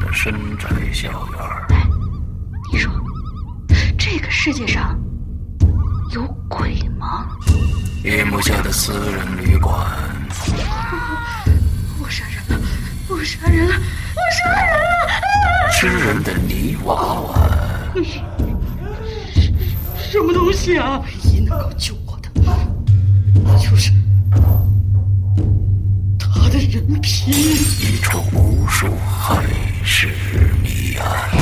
深宅小院。 你说这个世界上有鬼吗？ 夜幕下的私人旅馆。 我杀人了，我杀人了，我杀人了！ 吃人的泥娃娃。 什么东西啊？唯一能够救我的，就是他的人皮。 一出无数骇世谜案。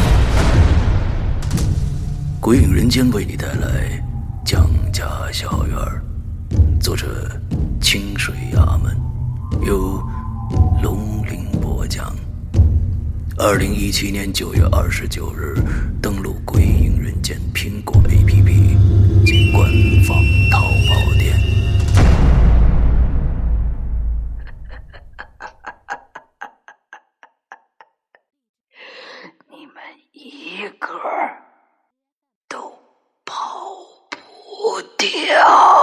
鬼影人间为你带来蒋家小院，作者清水衙门，由龙鳞播讲。2017年9月29日登录鬼影人间苹果 APP 及官方淘宝店。 你们一个都跑不掉。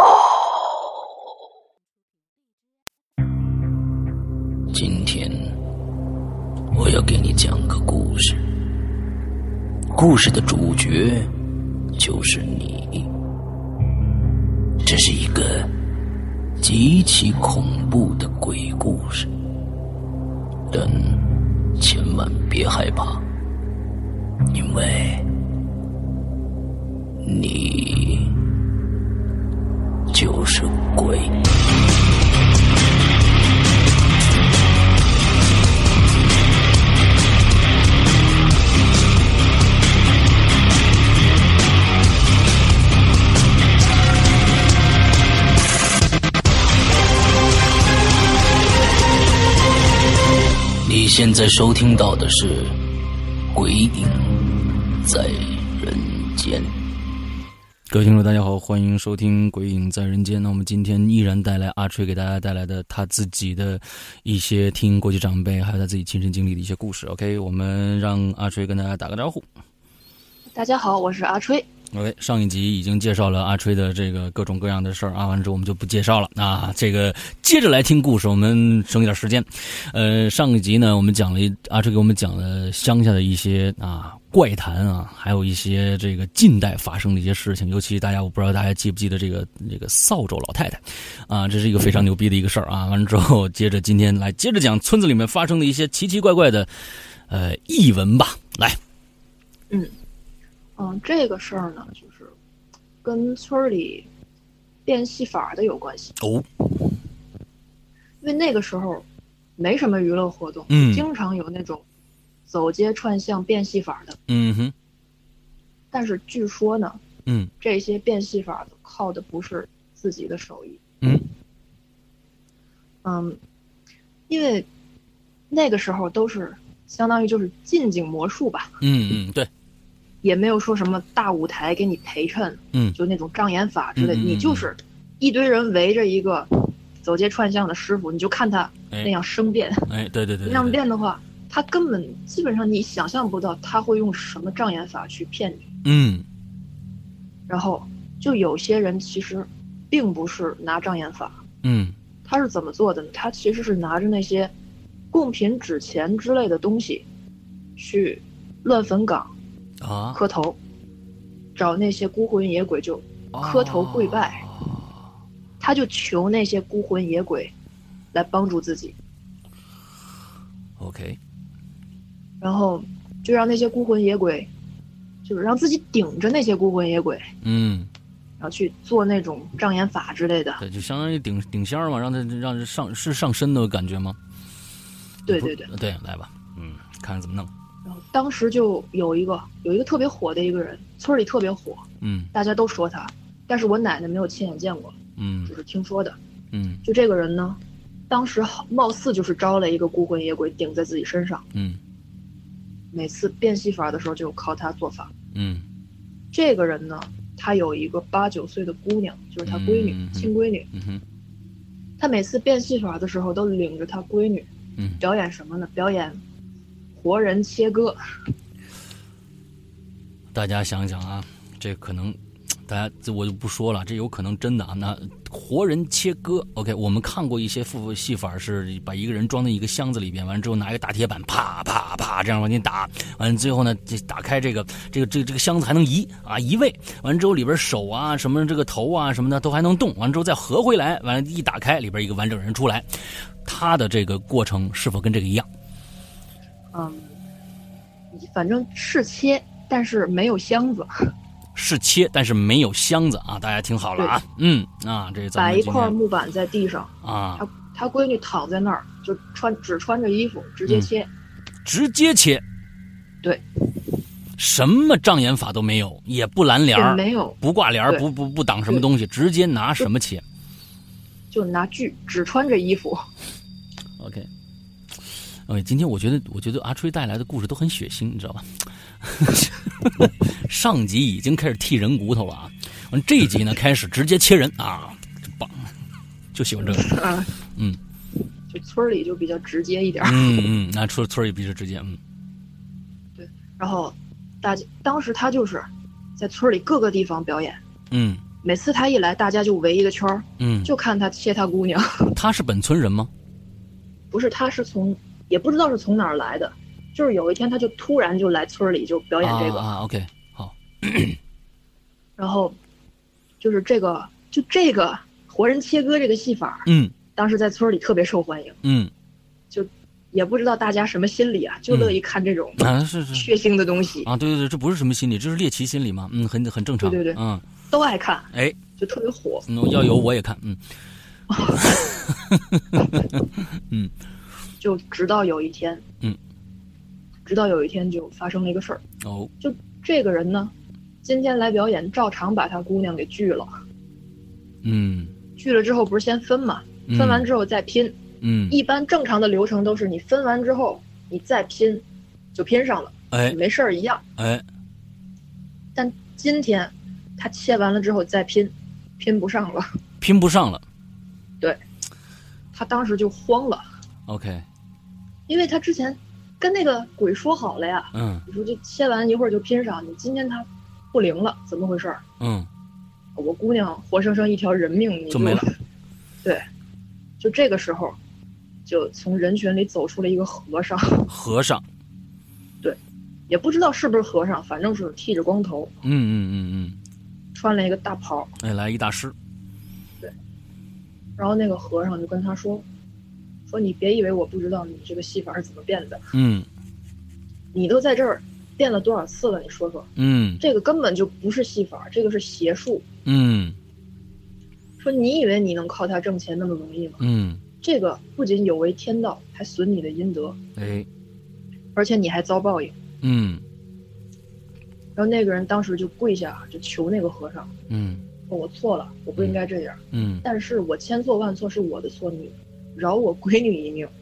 今天我要给你讲个故事，故事的主角就是你。这是一个极其恐怖的鬼故事，但千万别害怕，因为你就是鬼。你现在收听到的是《鬼影在人间》。各位听众大家好，欢迎收听《鬼影在人间》。那我们今天依然带来阿吹给大家带来的他自己的一些听过去长辈还有他自己亲身经历的一些故事。 OK， 我们让阿吹跟大家打个招呼。 大家好，我是阿吹。 OK， 上一集已经介绍了阿吹的这个各种各样的事儿啊，完了之后我们就不介绍了啊。这个接着来听故事，我们省一点时间。上一集呢，我们讲了阿吹给我们讲了乡下的一些怪谈啊，还有一些这个近代发生的一些事情。尤其我不知道大家记不记得这个扫帚老太太啊，这是一个非常牛逼的一个事儿啊。完了之后，接着今天来接着讲村子里面发生的一些奇奇怪怪的异闻吧。来， 这个事儿呢，就是跟村里变戏法的有关系哦。 因为那个时候没什么娱乐活动，经常有那种走街串巷变戏法的。但是据说呢，这些变戏法的靠的不是自己的手艺。因为那个时候都是相当于就是近景魔术吧。 对。 也没有说什么大舞台给你陪衬，就那种障眼法之类的，你就是一堆人围着一个走街串巷的师傅，你就看他那样生变。 对， 那样变的话，他根本基本上你想象不到他会用什么障眼法去骗你。然后就有些人其实并不是拿障眼法，他是怎么做的呢？他其实是拿着那些贡品、纸钱之类的东西去乱坟岗磕头，找那些孤魂野鬼就磕头跪拜，他就求那些孤魂野鬼来帮助自己。 OK， 然后就让那些孤魂野鬼，就是让自己顶着那些孤魂野鬼，然后去做那种障眼法之类的。 对，就相当于顶仙嘛，让他上身的感觉吗？ 对， 来吧，看看怎么弄。 然后当时就有一个特别火的一个人，村里特别火，大家都说他，但是我奶奶没有亲眼见过，只是听说的，就这个人呢，当时貌似就是招了一个孤魂野鬼顶在自己身上，每次变戏法的时候就靠他做法，这个人呢，他有一个8、9岁的姑娘，就是他闺女，亲闺女，他每次变戏法的时候都领着他闺女，表演什么呢？表演活人切割。 大家想想啊，这可能大家我就不说了，这有可能真的啊。那活人切割 ，OK， 我们看过一些戏法是把一个人装在一个箱子里边，完了之后拿一个大铁板啪啪啪这样往进打，完了最后呢，打开这个箱子还能移位，完了之后里边手啊什么这个头啊什么的都还能动，完了之后再合回来，完了一打开里边一个完整人出来，他的这个过程是否跟这个一样？ 反正是切，但是没有箱子。 是切，但是没有箱子啊！大家听好了啊，这摆一块木板在地上啊， 他闺女躺在那儿，就只穿着衣服，直接切， 直接切， 对， 什么障眼法都没有，也不拦帘， 没有， 不挂帘，不挡什么东西，直接拿什么切， 就拿锯，只穿着衣服。 OK，今天我觉得阿吹带来的故事都很血腥，你知道吧？上集已经开始剔人骨头了啊，完这一集呢开始直接切人啊，真棒，就喜欢这个就村里就比较直接一点， 那村里比较直接， 对，然后当时他就是在村里各个地方表演，每次他一来，大家就围一个圈，就看他切他姑娘。 他是本村人吗？ 不是，他是也不知道是从哪儿来的。就是有一天，他就突然就来村里就表演这个 OK， 好。 然后就是这个活人切割这个戏法，当时在村里特别受欢迎，就也不知道大家什么心理啊，就乐意看这种是血腥的东西啊，对，这不是什么心理，这是猎奇心理嘛，很正常， 对，都爱看，就特别火， 要有我也看， 就直到有一天，就发生了一个事儿。就这个人呢，今天来表演，照常把他姑娘给锯了。锯了之后不是先分嘛？分完之后再拼。一般正常的流程都是你分完之后你再拼，就拼上了，没事儿一样。但今天他切完了之后再拼不上了。 拼不上了。 对，他当时就慌了。 OK， 因为他之前跟那个鬼说好了呀，你说这切完一会儿就拼上，你今天他不灵了，怎么回事？我姑娘活生生一条人命你就没了。 对，就这个时候，就从人群里走出了一个和尚。对，也不知道是不是和尚，反正是剃着光头。穿了一个大袍。 来一大师。 对，然后那个和尚就跟他说你别以为我不知道你这个戏法是怎么变的。你都在这儿变了多少次了？你说说。这个根本就不是戏法，这个是邪术。说你以为你能靠它挣钱那么容易吗？这个不仅有违天道，还损你的阴德。而且你还遭报应。然后那个人当时就跪下，就求那个和尚。说我错了，我不应该这样。但是我千错万错是我的错，你饶我闺女一命。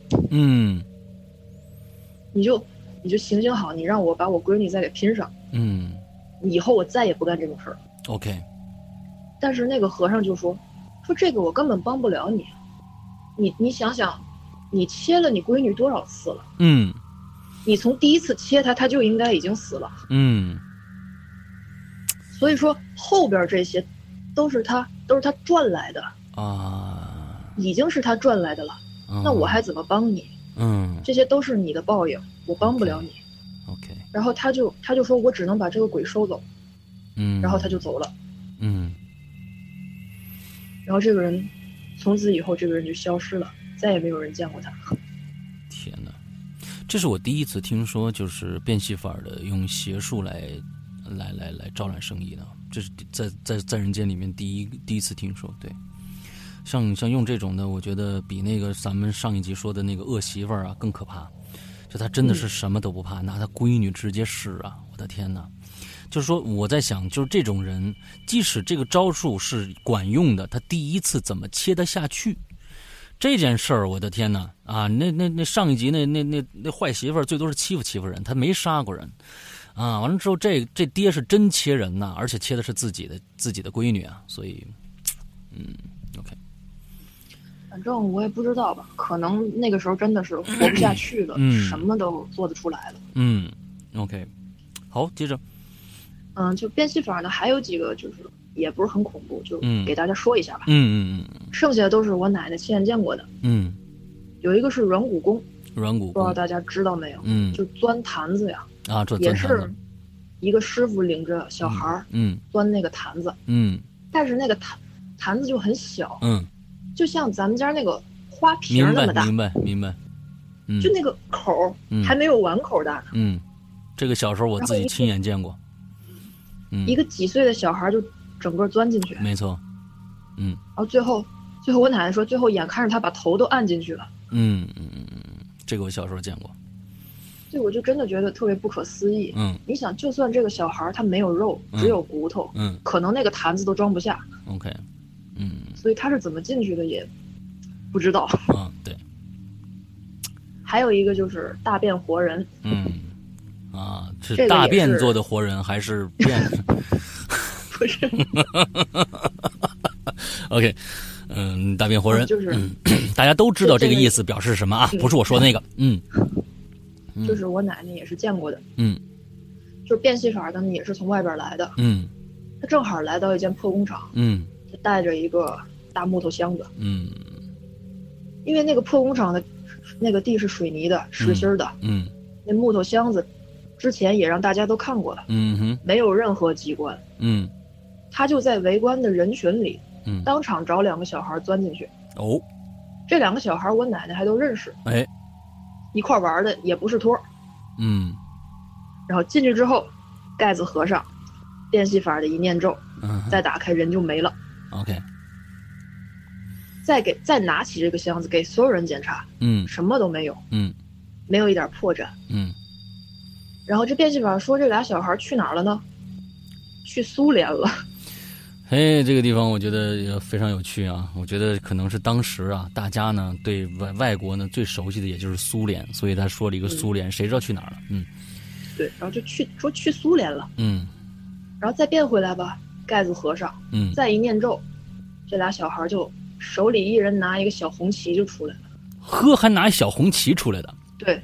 你就行好，你让我把我闺女再给拼上。以后我再也不干这种事儿。 OK。 但是那个和尚就说这个我根本帮不了你。你想想，你切了你闺女多少次了？你从第一次切她就应该已经死了。所以说后边这些都是他赚来的已经是他赚来的了。那我还怎么帮你？这些都是你的报应，我帮不了你。 OK。 然后他就说我只能把这个鬼收走。然后他就走了。然后这个人从此以后这个人就消失了，再也没有人见过他。 天哪，这是我第一次听说就是变戏法的用邪术来招揽生意的，这是在人间里面第一次听说。对，像用这种的，我觉得比那个咱们上一集说的那个恶媳妇儿啊更可怕。就他真的是什么都不怕，拿他闺女直接试啊！我的天哪！就是说我在想，就是这种人，即使这个招数是管用的，他第一次怎么切得下去？这件事儿，我的天哪啊！那上一集那坏媳妇儿最多是欺负人，他没杀过人。完了之后，这爹是真切人呐，而且切的是自己的闺女啊，所以，OK。 反正我也不知道吧，可能那个时候真的是活不下去了，什么都做得出来了。 OK。好，接着。 就变戏法呢，还有几个就是也不是很恐怖，就给大家说一下吧。剩下的都是我奶奶亲眼见过的。有一个是软骨功，不知道大家知道没有？就钻坛子呀。也是一个师傅领着小孩钻那个坛子。但是那个坛子就很小。就像咱们家那个花瓶那么大。 明白。 就那个口还没有碗口大呢。 这个小时候我自己亲眼见过。 一个几岁的小孩就整个钻进去。 没错。 然后最后我奶奶说，最后眼看着他把头都按进去了。 这个我小时候见过。 对，我就真的觉得特别不可思议。你想，就算这个小孩他没有肉，只有骨头，可能那个坛子都装不下。 OK。 所以他是怎么进去的也不知道。 对。 还有一个就是大变活人。 是大便做的活人还是变？ 不是。 OK。大变活人就是， 大家都知道这个意思表示什么啊？不是我说的那个。 就是我奶奶也是见过的。就是变戏法的呢，也是从外边来的。他正好来到一间破工厂。他带着一个大木头箱子。因为那个破工厂的那个地是水泥的，实心的。那木头箱子之前也让大家都看过了。没有任何机关。他就在围观的人群里，当场找2个小孩钻进去。这2个小孩我奶奶还都认识。一块玩的也不是托。然后进去之后，盖子合上，变戏法的一念咒，再打开人就没了。 OK。 再拿起这个箱子给所有人检查。什么都没有。没有一点破绽。然后这变戏法说这俩小孩去哪儿了呢？去苏联了。 这个地方我觉得也非常有趣啊！我觉得可能是当时啊，大家呢对外国呢最熟悉的也就是苏联，所以他说了一个苏联，谁知道去哪儿了？ 对，然后就去苏联了。然后再变回来吧，盖子合上，再一念咒，这俩小孩就手里一人拿一个小红旗就出来了。 还拿小红旗出来的？ 对。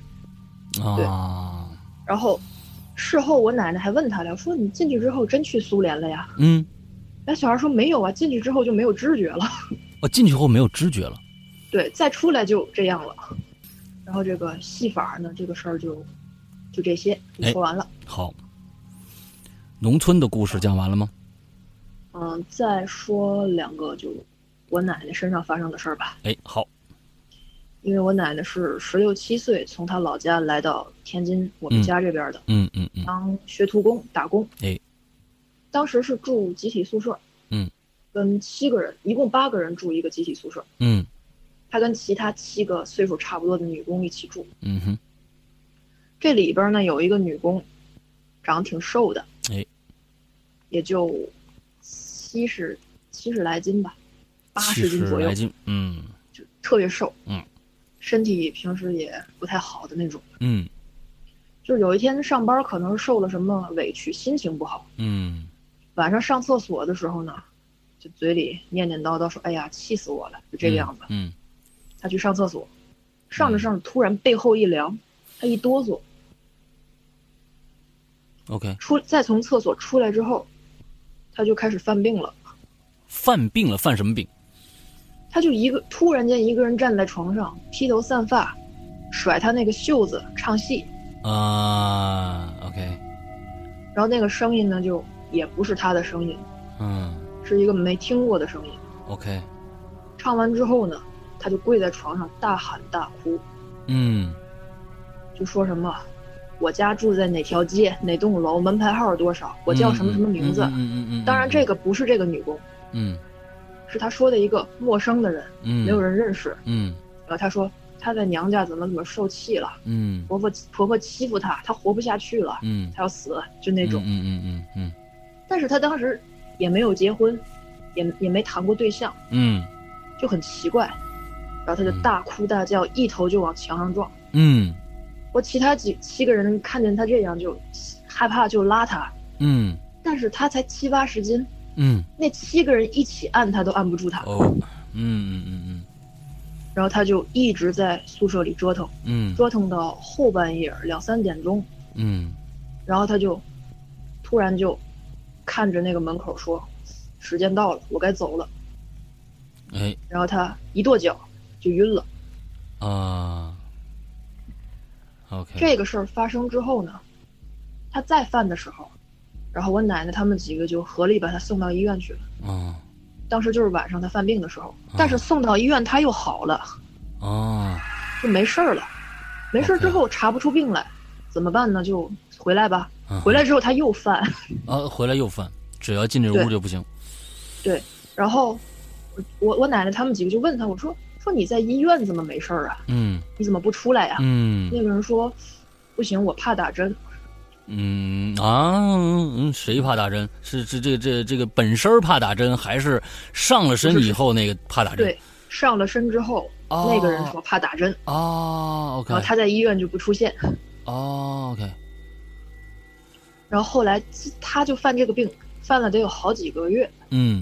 然后事后我奶奶还问他了，说你进去之后真去苏联了呀？那小孩说没有啊，进去之后就没有知觉了。 进去后没有知觉了。 对，再出来就这样了。然后这个戏法呢，这个事儿就这些，就说完了。 好。农村的故事讲完了吗？ 再说2个，就我奶奶身上发生的事儿吧。 好。 因为我奶奶是16、17岁从她老家来到天津我们家这边的。当学徒工打工。当时是住集体宿舍。跟7个人，一共8个人住一个集体宿舍。他跟其他7个岁数差不多的女工一起住。这里边呢有一个女工，长得挺瘦的。也就70来斤吧，80斤左右。就特别瘦。身体平时也不太好的那种。就是有一天上班可能受了什么委屈，心情不好。晚上上厕所的时候呢，就嘴里念念叨叨说：“哎呀，气死我了！”就这个样子。他去上厕所，上着突然背后一凉，他一哆嗦。 OK。 再从厕所出来之后，他就开始犯病了。 犯病了？犯什么病？ 他就突然间一个人站在床上，披头散发，甩他那个袖子唱戏。 OK。 然后那个声音呢，就也不是他的声音。是一个没听过的声音。 OK。 唱完之后呢，他就跪在床上大喊大哭。就说什么我家住在哪条街哪栋楼门牌号多少，我叫什么什么名字。当然这个不是这个女工。是他说的一个陌生的人。没有人认识。然后他说他在娘家怎么受气了。婆婆欺负他，他活不下去了。他要死，就那种。但是他当时也没有结婚，也没谈过对象。就很奇怪。然后他就大哭大叫，一头就往墙上撞。我其他7个人看见他这样就害怕，就拉他。但是他才70、80斤。那7个人一起按他都按不住他。然后他就一直在宿舍里折腾。折腾到后半夜2、3点钟。然后他就突然就看着那个门口说：“ 时间到了，我该走了。 哎， 然后他一跺脚就晕了。 啊。OK。 这个事儿发生之后呢，他再犯的时候，然后我奶奶他们几个就合力把他送到医院去了。 哦。 当时就是晚上他犯病的时候，但是送到医院他又好了。 哦。 就没事儿了。没事之后查不出病来，怎么办呢？就回来吧。回来之后他又犯。 回来又犯，只要进这屋就不行。 对，然后我奶奶他们几个就问他，我说你在医院怎么没事儿啊？你怎么不出来呀？那个人说不行，我怕打针。 谁怕打针？是这个本身怕打针，还是上了身以后那个怕打针？ 对，上了身之后，那个人说怕打针。 OK。 然后他在医院就不出现。 OK。 然后后来他就犯这个病，犯了得有好几个月。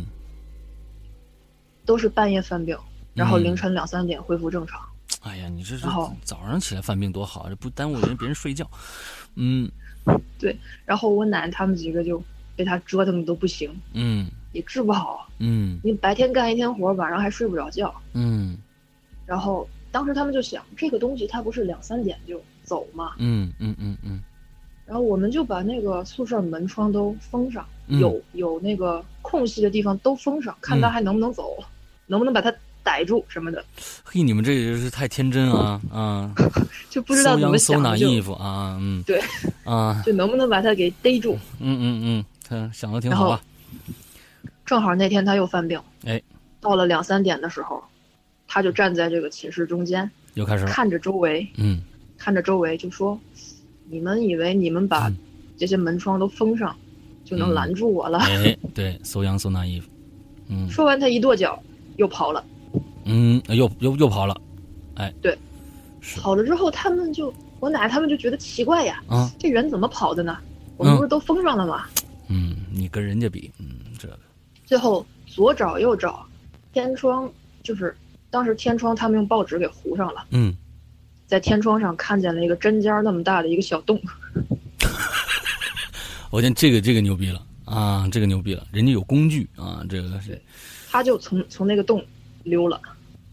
都是半夜犯病，然后凌晨2、3点恢复正常。 哎呀，你这早上起来犯病多好，这不耽误别人睡觉。 对，然后我奶奶他们几个就被他折腾的都不行。也治不好。你白天干一天活，晚上还睡不着觉。然后当时他们就想，这个东西它不是2、3点就走吗？然后我们就把那个宿舍门窗都封上，有那个空隙的地方都封上，看他还能不能走，能不能把他逮住什么的。 嘿，你们这也是太天真啊！ 就不知道怎么想的就衣服啊， 对就能不能把他给逮住。 他想的挺好啊。 正好那天他又犯病，到了2、3点的时候，他就站在这个寝室中间， 又开始了， 看着周围，看着周围就说：“你们以为你们把这些门窗都封上，就能拦住我了？” 对，so young so naive。 说完他一跺脚又跑了。 又跑了。 对，跑了之后我奶他们就觉得奇怪呀，这人怎么跑的呢？我们不是都封上了吗？ 你跟人家比，这个。 最后左找右找，天窗就是当时天窗他们用报纸给糊上了。在天窗上看见了一个针尖那么大的一个小洞。 我觉得这个牛逼了啊！这个牛逼了，人家有工具啊！这个是， 他就从那个洞溜了。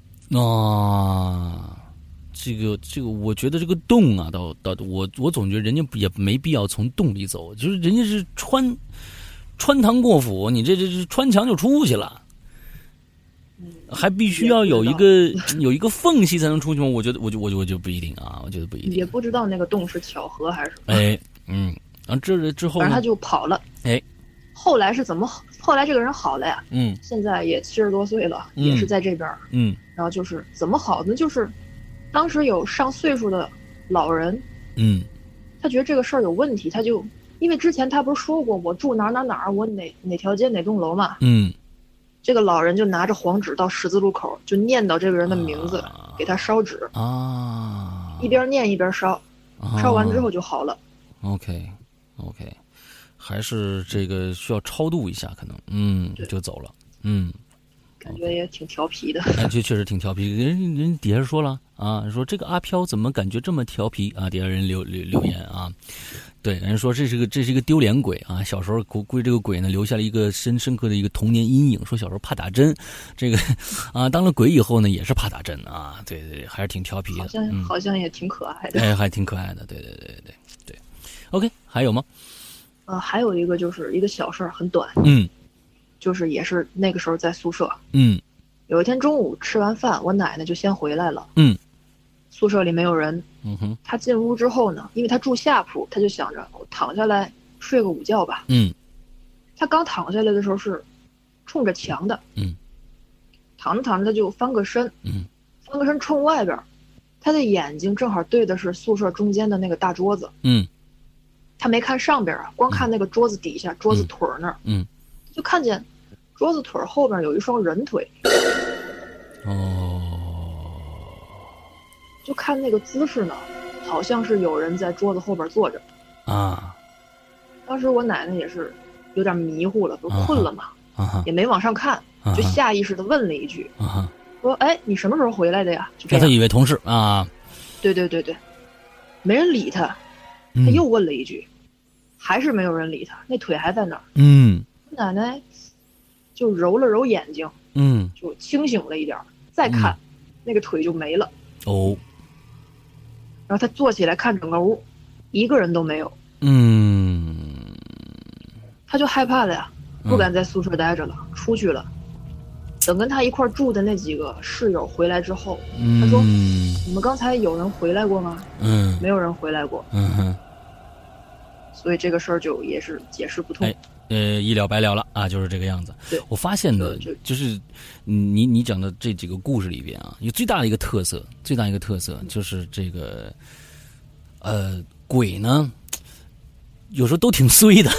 这个，我觉得这个洞啊，我总觉得人家也没必要从洞里走，就是人家是穿堂过府，你这穿墙就出去了。还必须要有一个缝隙才能出去吗？我觉得不一定啊，我觉得不一定。 也不知道那个洞是巧合还是什么。 然后这之后， 反正他就跑了。后来这个人好了呀。现在也70多岁了，也是在这边。然后就是怎么好呢？就是当时有上岁数的老人。他觉得这个事儿有问题，他就因为之前他不是说过我住哪儿，我哪条街哪栋楼嘛。这个老人就拿着黄纸到十字路口，就念叨这个人的名字，给他烧纸。一边念一边烧，烧完之后就好了。 OK，还是这个需要超度一下，可能就走了。 感觉也挺调皮的。 这确实挺调皮。人底下说了啊，说这个阿飘怎么感觉这么调皮啊？底下人留言啊。对，人说这是一个丢脸鬼啊！小时候归这个鬼呢留下了一个深刻的一个童年阴影。说小时候怕打针，这个啊当了鬼以后呢也是怕打针啊。对，还是挺调皮的。 好像也挺可爱的。 还挺可爱的。对。OK， 还有吗？ 还有一个就是一个小事儿，很短。就是也是那个时候在宿舍。有一天中午吃完饭，我奶奶就先回来了。宿舍里没有人。他进屋之后呢，因为他住下铺，他就想着我躺下来睡个午觉吧。他刚躺下来的时候是冲着墙的。躺着躺着他就翻个身。翻个身冲外边，他的眼睛正好对的是宿舍中间的那个大桌子。他没看上边啊，光看那个桌子底下，桌子腿那儿。就看见桌子腿后边有一双人腿。就看那个姿势呢，好像是有人在桌子后边坐着。当时我奶奶也是有点迷糊了，不是困了嘛，也没往上看，就下意识的问了一句，说：“哎，你什么时候回来的呀？”就这样。 他以为同事啊。对， 没人理他，他又问了一句，还是没有人理他，那腿还在那儿。奶奶就揉了揉眼睛，就清醒了一点，再看，那个腿就没了。 哦。 然后他坐起来看整个屋，一个人都没有。他就害怕了呀，不敢在宿舍待着了，出去了。等跟他一块住的那几个室友回来之后，他说：“你们刚才有人回来过吗？”没有人回来过。所以这个事儿就也是解释不通。 一了百了了啊，就是这个样子。 对， 我发现的就是你讲的这几个故事里边啊，有最大的一个特色就是这个鬼呢，有时候都挺衰的。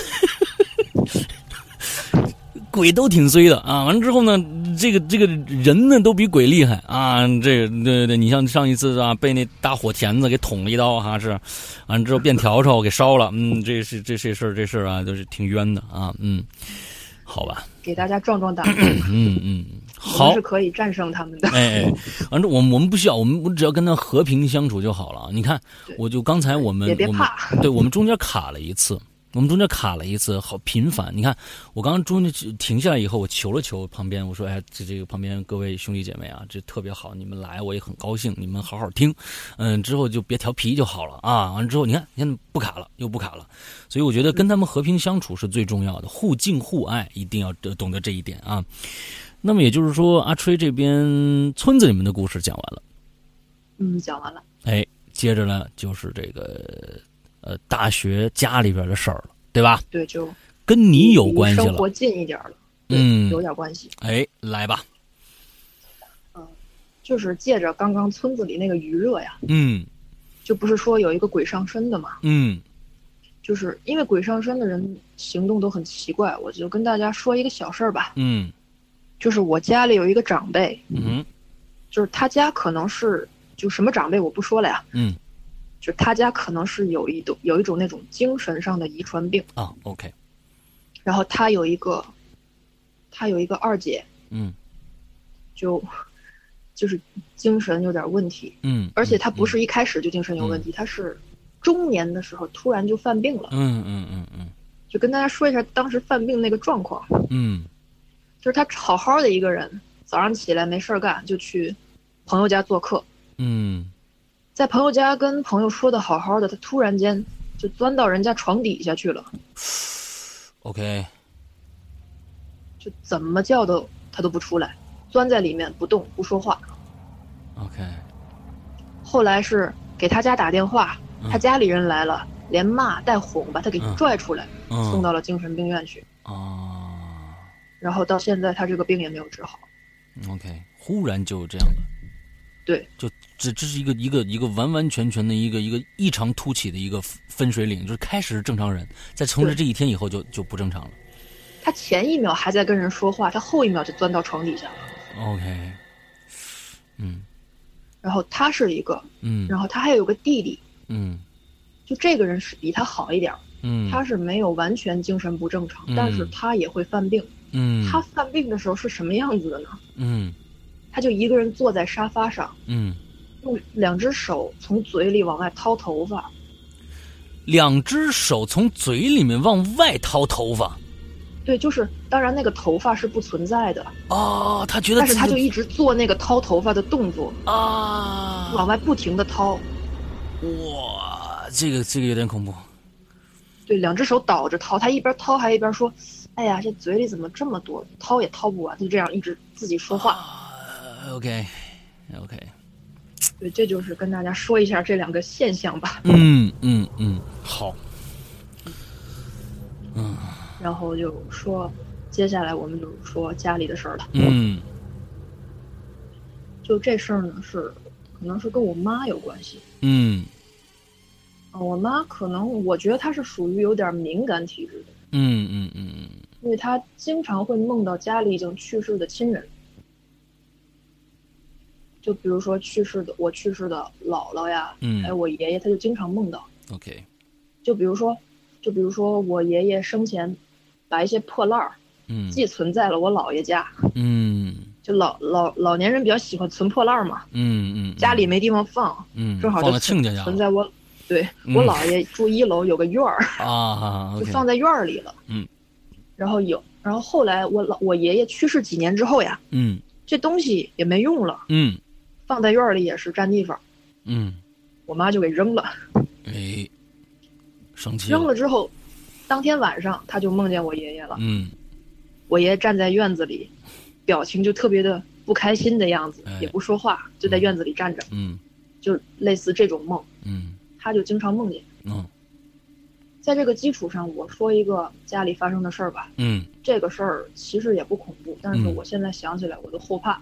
鬼都挺衰的啊！完了之后呢，这个人呢都比鬼厉害啊！这个对，你像上一次啊，被那大火钳子给捅了一刀哈，是，完了之后变条条给烧了，这事啊，都是挺冤的啊，好吧， 给大家壮壮胆， 好， 我们是可以战胜他们的。 完了我们不需要，我们只要跟他和平相处就好了。你看，我就刚才我们也别怕， 我们中间卡了一次。好频繁。你看，我刚刚中间停下来以后，我求了求旁边，我说：“哎，这个旁边各位兄弟姐妹啊，这特别好，你们来我也很高兴，你们好好听，之后就别调皮就好了啊。完了之后，你看不卡了，又不卡了，所以我觉得跟他们和平相处是最重要的，互敬互爱，一定要懂得这一点啊。那么也就是说，阿吹这边村子里面的故事讲完了， 讲完了。 接着呢就是这个。大学家里边的事儿了，对吧？ 对，就跟你有关系了， 生活近一点了，有点关系。 来吧。 就是借着刚刚村子里那个余热呀，就不是说有一个鬼上身的嘛，就是因为鬼上身的人行动都很奇怪，我就跟大家说一个小事儿吧，就是我家里有一个长辈，就是他家可能是就什么长辈我不说了呀，就他家可能是有一种那种精神上的遗传病啊 ，OK。 然后他有一个二姐，就是精神有点问题，而且他不是一开始就精神有问题，他是中年的时候突然就犯病了，就跟大家说一下当时犯病那个状况，就是他好好的一个人，早上起来没事干就去朋友家做客，在朋友家跟朋友说的好好的，他突然间就钻到人家床底下去了。 OK， 就怎么叫他都不出来，钻在里面不动不说话。 OK， 后来是给他家打电话，他家里人来了，连骂带哄把他给拽出来，送到了精神病院去。然后到现在他这个病也没有治好。 OK， 忽然就这样了。 对， 就这是一个完完全全的一个异常突起的一个分水岭，就是开始是正常人，在从事这一天以后就不正常了。 他前一秒还在跟人说话，他后一秒就钻到床底下了。 OK， 然后他是一个，然后他还有个弟弟，就这个人是比他好一点，他是没有完全精神不正常，但是他也会犯病，他犯病的时候是什么样子的呢？他就一个人坐在沙发上，用两只手从嘴里往外掏头发， 两只手从嘴里面往外掏头发。 对，就是当然那个头发是不存在的他觉得， 但是他就一直做那个掏头发的动作往外不停的掏。 哇，这个有点恐怖。 对，两只手倒着掏，他一边掏还一边说：“哎呀，这嘴里怎么这么多，掏也掏不完。”就这样一直自己说话。 OK， 对，这就是跟大家说一下这两个现象吧。 好。 然后就说，接下来我们就说家里的事儿了。就这事儿呢，可能是跟我妈有关系。我妈可能我觉得她是属于有点敏感体质的。因为她经常会梦到家里已经去世的亲人。就比如说我去世的姥姥呀，还有我爷爷，他就经常梦到。 OK， 就比如说我爷爷生前把一些破烂儿，寄存在了我姥爷家。就老年人比较喜欢存破烂嘛。家里没地方放，正好就存在我姥爷住1楼有个院儿就放在院儿里了。然然后后来我爷爷去世几年之后呀，这东西也没用了，放在院里也是占地方，我妈就给扔了。 哎，生气了。 扔了之后，当天晚上她就梦见我爷爷了。我爷爷站在院子里，表情就特别的不开心的样子，也不说话，就在院子里站着。就类似这种梦，他就经常梦见。在这个基础上，我说一个家里发生的事儿吧。这个事儿其实也不恐怖，但是我现在想起来我都后怕。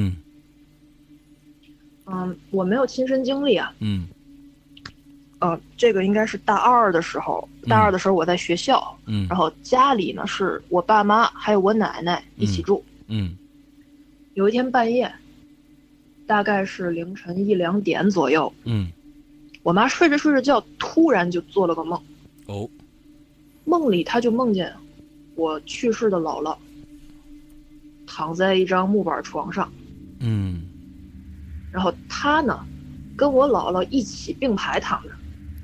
我没有亲身经历啊。这个应该是大二的时候，我在学校，然后家里呢是我爸妈还有我奶奶一起住。有一天半夜，大概是凌晨1、2点左右，我妈睡着睡着觉，突然就做了个梦。梦里她就梦见我去世的姥姥躺在一张木板床上，然后她呢跟我姥姥一起并排躺着。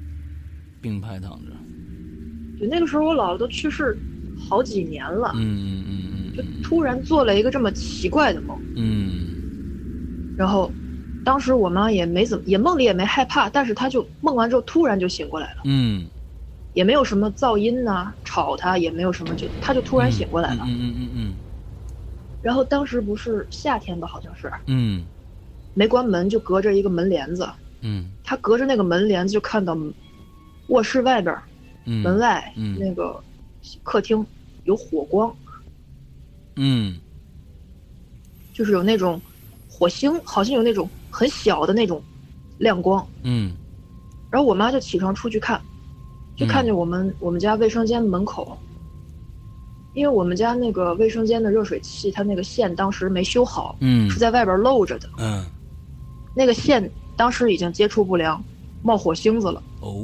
就那个时候我姥姥都去世好几年了，就突然做了一个这么奇怪的梦。然后当时我妈也梦里也没害怕，但是她就梦完之后突然就醒过来了。也没有什么噪音呐，吵她也没有什么，她就突然醒过来了。然后当时不是夏天吧，好像是。没关门，就隔着一个门帘子。她隔着那个门帘子就看到卧室外边，门外那个客厅有火光。就是有那种火星，好像有那种很小的那种亮光。然后我妈就起床出去看，就看见我们家卫生间门口，因为我们家那个卫生间的热水器，它那个线当时没修好，是在外边露着的。那个线当时已经接触不良，冒火星子了。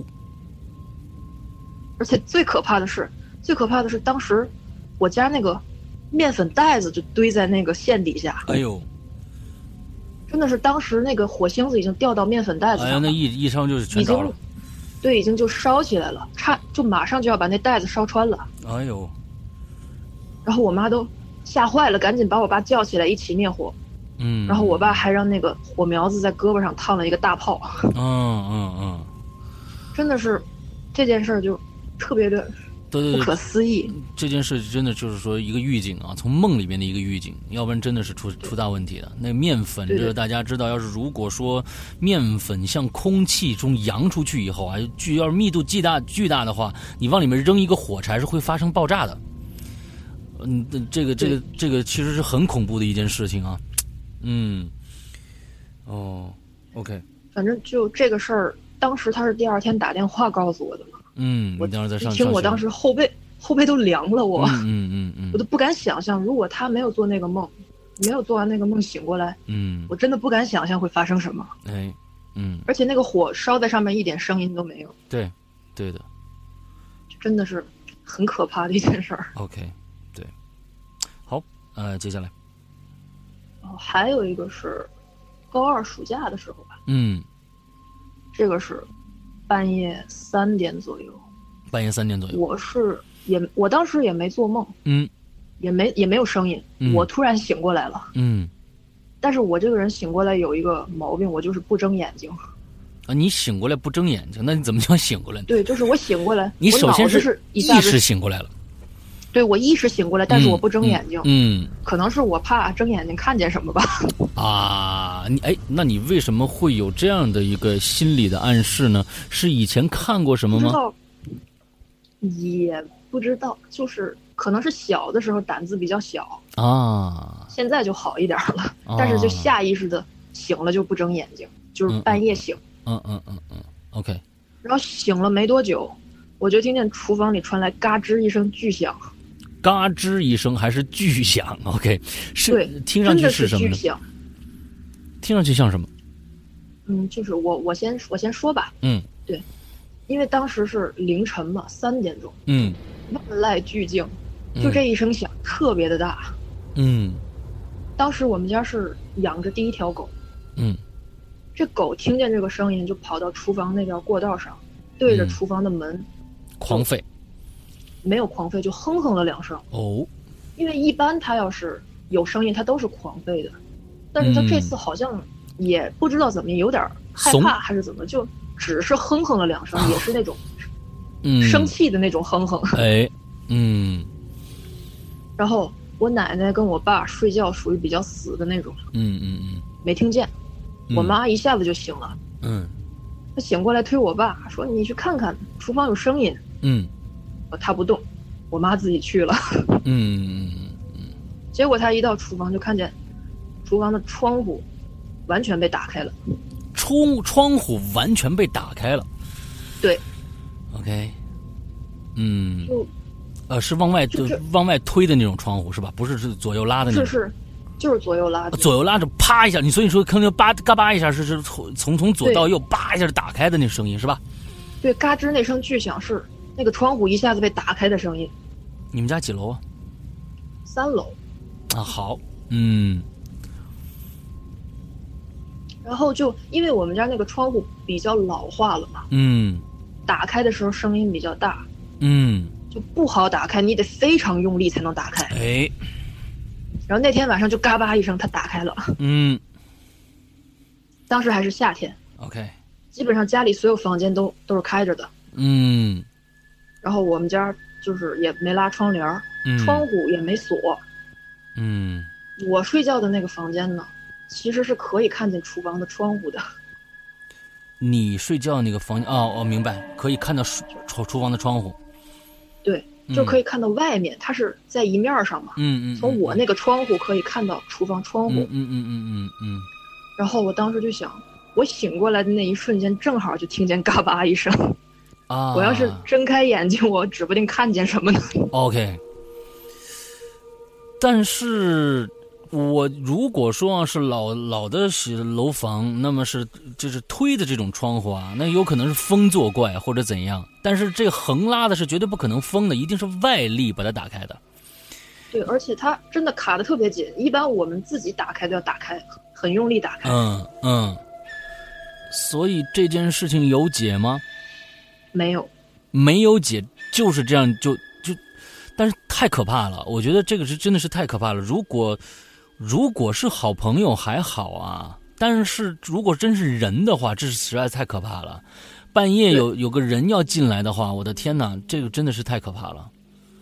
而且最可怕的是，当时我家那个面粉袋子就堆在那个线底下。真的是当时那个火星子已经掉到面粉袋子上了。 那一烧就是全着了。 对，已经就烧起来了，就马上就要把那袋子烧穿了。然后我妈都吓坏了，赶紧把我爸叫起来一起灭火。然后我爸还让那个火苗子在胳膊上烫了一个大泡。真的是这件事儿就特别的不可思议。 这件事真的就是说一个预警啊，从梦里面的一个预警，要不然真的是出大问题的。那个面粉，这个大家知道，要是如果说面粉向空气中扬出去以后啊，要是密度巨大的话，你往里面扔一个火柴是会发生爆炸的。这个其实是很恐怖的一件事情啊。OK。 反正就这个事儿，当时他是第二天打电话告诉我的嘛。 我当时在上学， 听我当时后背都凉了，我都不敢想象，如果他没有做那个梦，没有做完那个梦醒过来，我真的不敢想象会发生什么。而且那个火烧在上面一点声音都没有。对的，真的是很可怕的一件事儿。 OK， 对，好，接下来， 还有一个是高2暑假的时候吧。这个是半夜3点左右。我当时也没做梦，也没有声音，我突然醒过来了。但是我这个人醒过来有一个毛病，我就是不睁眼睛。 你醒过来不睁眼睛，那你怎么叫醒过来呢？ 对，就是我醒过来， 你首先是意识醒过来了。 对，我意识醒过来，但是我不睁眼睛。可能是我怕睁眼睛看见什么吧。 那你为什么会有这样的一个心理的暗示呢？是以前看过什么吗？ 也不知道，就是可能是小的时候胆子比较小现在就好一点了，但是就下意识的醒了就不睁眼睛，就是半夜醒。 OK。 然后醒了没多久，我就听见厨房里传来嘎吱一声巨响。 嘎吱一声还是巨响 ？OK， 对， 听上去是什么呢？ 巨响。 听上去像什么？ 就是我先说吧。对，因为当时是凌晨嘛，3点钟。万籁俱静，就这一声响特别的大。当时我们家是养着第一条狗。这狗听见这个声音就跑到厨房那边过道上，对着厨房的门狂吠。 没有狂吠，就哼哼了2声。 因为一般他要是有声音，他都是狂吠的，但是他这次好像也不知道怎么有点害怕还是怎么，就只是哼哼了2声，也是那种生气的那种哼哼。然后我奶奶跟我爸睡觉属于比较死的那种，没听见。我妈一下子就醒了，她醒过来推我爸说：“你去看看，厨房有声音。”他不动，我妈自己去了。结果他一到厨房就看见厨房的窗户完全被打开了。 窗户完全被打开了。 对。 OK。是往外推的那种窗户是吧？不是左右拉的那种。 是。就是左右拉的， 左右拉着啪一下，你所以说可能嘎巴一下是从左到右叭一下打开的那声音是吧？ 对，嘎吱那声巨响是那个窗户一下子被打开的声音。 你们家几楼啊 ？3楼。 啊，好， 然后就因为我们家那个窗户比较老化了嘛，打开的时候声音比较大，就不好打开，你得非常用力才能打开。然后那天晚上就嘎巴一声，它打开了。当时还是夏天。 OK。 基本上家里所有房间都是开着的。然后我们家就是也没拉窗帘，窗户也没锁。我睡觉的那个房间呢，其实是可以看见厨房的窗户的。 你睡觉那个房间哦，明白，可以看到厨房的窗户。 对。就可以看到外面，它是在一面上嘛。从我那个窗户可以看到厨房窗户。然后我当时就想，我醒过来的那一瞬间，正好就听见嘎巴一声。我要是睁开眼睛，我指不定看见什么呢。 OK。但是我如果说是老的楼房，那么就是推的这种窗户啊，那有可能是风作怪或者怎样。但是这个横拉的是绝对不可能风的，一定是外力把它打开的。 对，而且它真的卡得特别紧，一般我们自己打开都要打开，很用力打开。 所以这件事情有解吗？ 没有解，就是这样就，但是太可怕了。我觉得这个真的是太可怕了。如果是好朋友还好啊，但是如果真是人的话，这是实在太可怕了。半夜有个人要进来的话，我的天哪，这个真的是太可怕了。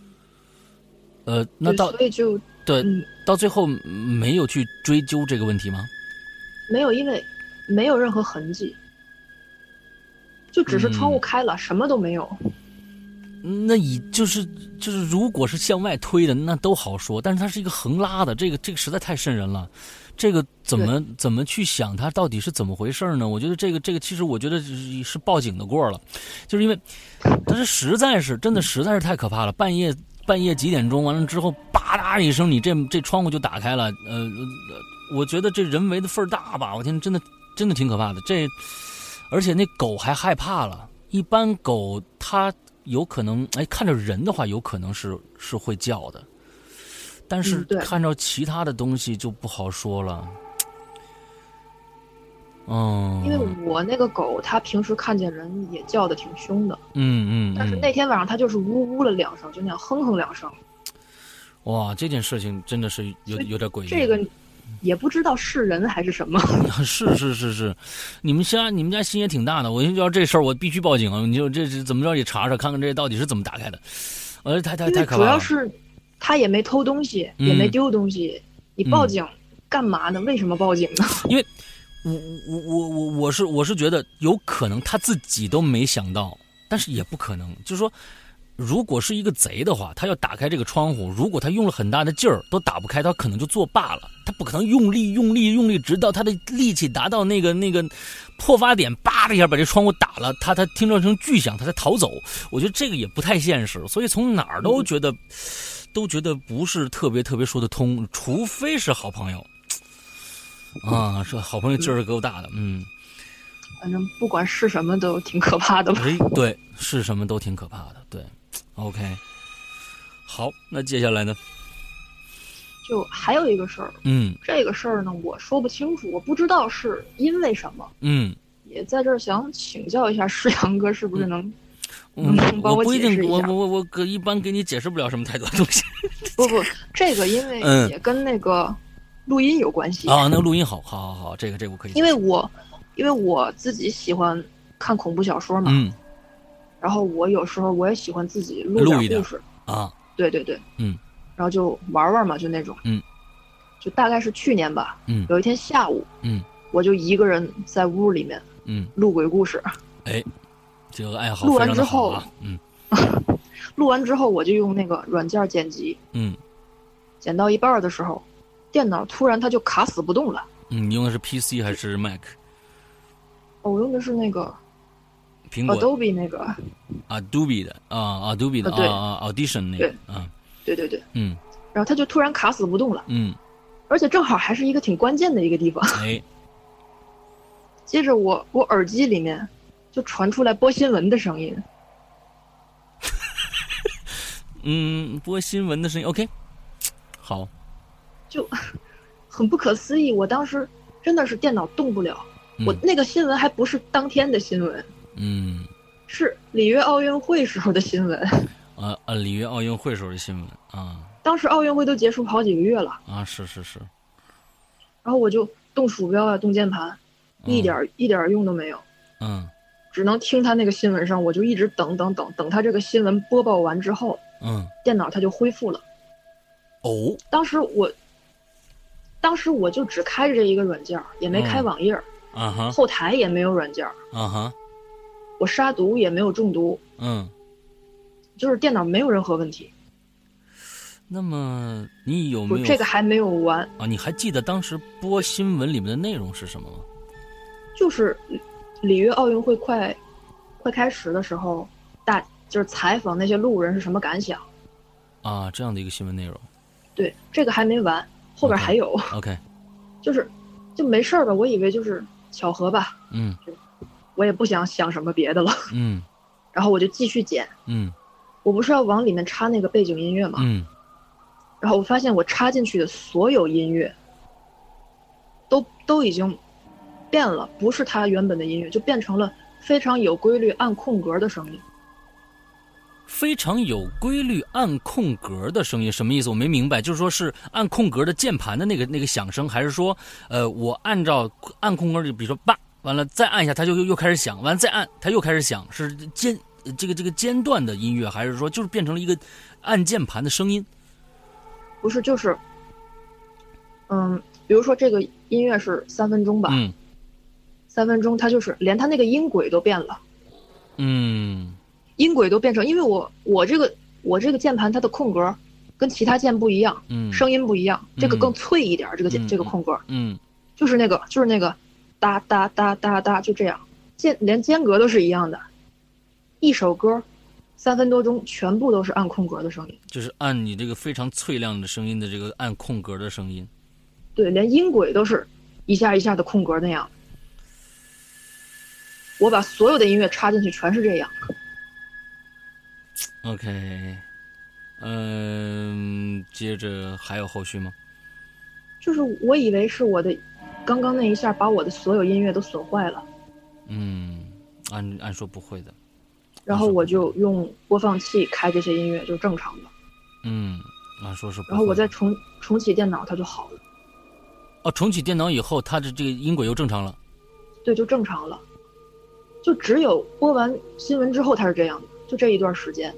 那所以就对，到最后没有去追究这个问题吗？ 没有，因为没有任何痕迹，就只是窗户开了，什么都没有。 那就是如果是向外推的，那都好说，但是它是一个横拉的，这个实在太瘆人了。这个怎么去想它到底是怎么回事呢？我觉得这个其实我觉得是报警的过了，就是因为它是实在是太可怕了。半夜几点钟完了之后，吧嗒一声，你这窗户就打开了。我觉得这人为的份儿大吧，我天，真的挺可怕的。而且那狗还害怕了。一般狗它有可能看着人的话，有可能是会叫的。但是看着其他的东西就不好说了。 因为我那个狗它平时看见人也叫得挺凶的。但是那天晚上它就是呜呜了2声，就那样哼哼2声。 哇，这件事情真的是有点诡异。 这个也不知道是人还是什么。 是，你们家心也挺大的。我就要这事儿，我必须报警啊！你就这怎么着也查查，看看这到底是怎么打开的。太可怕了。 主要是他也没偷东西，也没丢东西，你报警干嘛呢？为什么报警呢？ 因为我是觉得有可能他自己都没想到，但是也不可能，就是说。如果是一个贼的话，他要打开这个窗户，如果他用了很大的劲儿都打不开，他可能就作罢了。他不可能用力，直到他的力气达到那个破发点，叭的一下把这窗户打了，他听到一声巨响，他才逃走。我觉得这个也不太现实，所以从哪儿都觉得不是特别说得通，除非是好朋友啊，是好朋友劲儿够大的， 反正不管是什么都挺可怕的吧。 对，是什么都挺可怕的，对。OK， 好，那接下来呢？ 就还有一个事儿，这个事儿呢，我说不清楚，我不知道是因为什么，也在这儿想请教一下世阳哥，是不是能帮我解释一下？ 我一般给你解释不了什么太多东西。 不，这个因为也跟那个录音有关系啊。那个录音好，这个我可以。 因为我自己喜欢看恐怖小说嘛，然后我有时候我也喜欢自己录点故事啊。 对，然后就玩嘛，就那种，就大概是去年吧，有一天下午，我就一个人在屋里面，录鬼故事。 哎，这个爱好录完之后啊， 录完之后我就用那个软件剪辑，剪到一半的时候，电脑突然它就卡死不动了。 你用的是 PC 还是 Mac？ 我用的是那个苹果 Adobe 那个 Adobe 的Adobe 的Audition 那个对，然后它就突然卡死不动了，而且正好还是一个挺关键的一个地方。接着我耳机里面就传出来播新闻的声音。 播新闻的声音 OK 好， 就很不可思议。我当时真的是电脑动不了，我那个新闻还不是当天的新闻，是里约奥运会时候的新闻。 里约奥运会时候的新闻啊。 当时奥运会都结束好几个月了啊，是。 然后我就动鼠标啊，动键盘，一点用都没有。只能听他那个新闻上，我就一直等他这个新闻播报完之后，电脑它就恢复了。当时我就只开着这一个软件，也没开网页，后台也没有软件，我杀毒也没有中毒，就是电脑没有任何问题。 那么你有没有这个还没有完啊？你还记得当时播新闻里面的内容是什么吗？ 就是里约奥运会快开始的时候，就是采访那些路人是什么感想啊？这样的一个新闻内容。 对，这个还没完，后边还有。 OK， 就没事吧？我以为就是巧合吧。我也不想什么别的了。然后我就继续剪。我不是要往里面插那个背景音乐吗？然后我发现我插进去的所有音乐都已经变了，不是它原本的音乐，就变成了非常有规律按空格的声音。 非常有规律按空格的声音什么意思？我没明白，就是说是按空格的键盘的那个响声，还是说我按空格，就比如说叭，完了再按一下它就又开始响，完了再按它又开始响，是这个间断的音乐，还是说就是变成了一个按键盘的声音？ 不是，就是比如说这个音乐是3分钟吧，3分钟它就是连它那个音轨都变了，音轨都变成，因为我这个键盘它的空格跟其他键不一样，声音不一样，这个更脆一点，这个空格，就是那个哒哒哒哒哒，就这样，连间隔都是一样的，一首歌3分多钟全部都是按空格的声音， 就是按你这个非常脆亮的声音的这个按空格的声音。 对，连音轨都是一下一下的空格那样。我把所有的音乐插进去全是这样。 OK， 接着还有后续吗？ 就是我以为是我的刚刚那一下把我的所有音乐都损坏了。 按说不会的。 然后我就用播放器开这些音乐就正常了。 按说是不会的。 然后我再重启电脑它就好了。 重启电脑以后它的这个音轨又正常了。 对，就正常了。就只有播完新闻之后它是这样的，就这一段时间。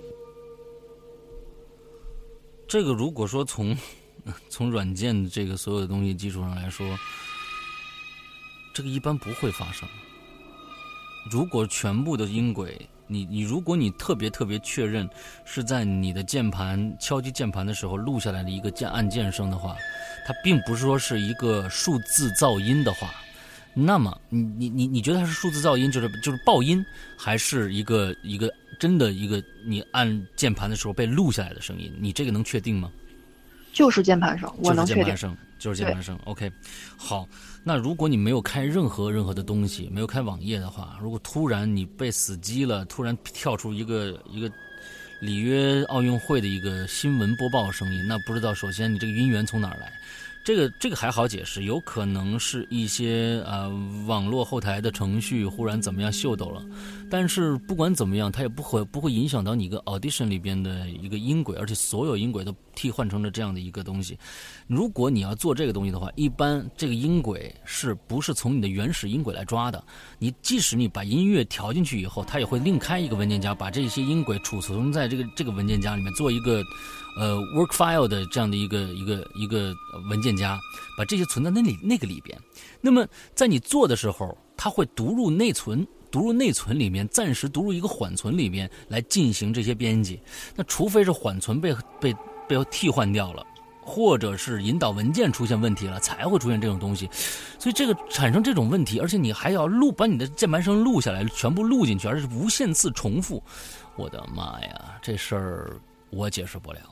这个如果说从软件的这个所有的东西基础上来说，这个一般不会发生。如果全部的音轨，如果你特别确认是在你的键盘敲击键盘的时候录下来的一个按键声的话，它并不是说是一个数字噪音的话，那么你觉得它是数字噪音，就是爆音，还是一个真的一个你按键盘的时候被录下来的声音？你这个能确定吗？ 就是键盘声，我能确定。 就是键盘声。OK， 好。那如果你没有开任何的东西，没有开网页的话，如果突然你被死机了，突然跳出一个里约奥运会的一个新闻播报声音，那不知道首先你这个音源从哪儿来？这个还好解释，有可能是一些网络后台的程序忽然怎么样秀逗了，但是不管怎么样，它也不会影响到你一个 Audition 里边的一个音轨，而且所有音轨替换成了这样的一个东西。如果你要做这个东西的话，一般这个音轨是不是从你的原始音轨来抓的？你即使你把音乐调进去以后，它也会另开一个文件夹，把这些音轨储存在这个文件夹里面，做一个work file 的这样的一个文件夹，把这些存在那个里边。那么在你做的时候，它会读入内存里面，暂时读入一个缓存里面来进行这些编辑。那除非是缓存被替换掉了，或者是引导文件出现问题了，才会出现这种东西。所以这个产生这种问题，而且你还要把你的键盘声录下来，全部录进去，而且是无限次重复。我的妈呀，这事儿我解释不了。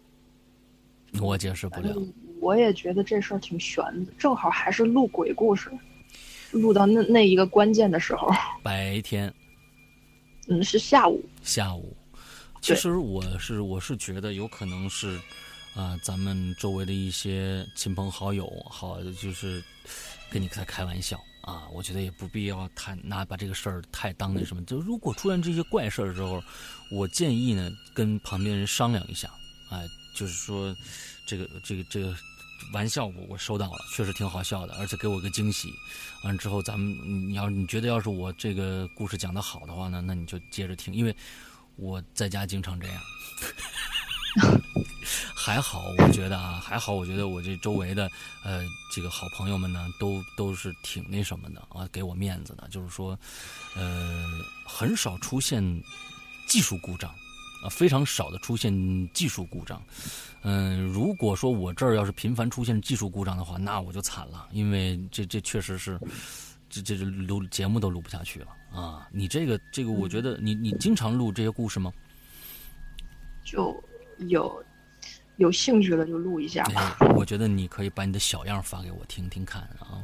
我也觉得这事儿挺悬的，正好还是录鬼故事，录到那一个关键的时候。 白天， 是下午。 其实我是觉得有可能是，咱们周围的一些亲朋好友，就是跟你在开玩笑啊。我觉得也不必要把这个事儿太当那什么。就如果出现这些怪事儿的时候，我建议呢跟旁边人商量一下，就是说这个玩笑我收到了，确实挺好笑的，而且给我个惊喜。完之后你觉得要是我这个故事讲得好的话呢，那你就接着听，因为我在家经常这样。还好我觉得我这周围的这个好朋友们呢都是挺那什么的啊，给我面子的，就是说很少出现技术故障非常少的出现技术故障。如果说我这儿要是频繁出现技术故障的话，那我就惨了，因为这确实是这录节目都录不下去了啊！你这个我觉得你经常录这些故事吗？ 就有兴趣了就录一下吧。 我觉得你可以把你的小样发给我听听看啊。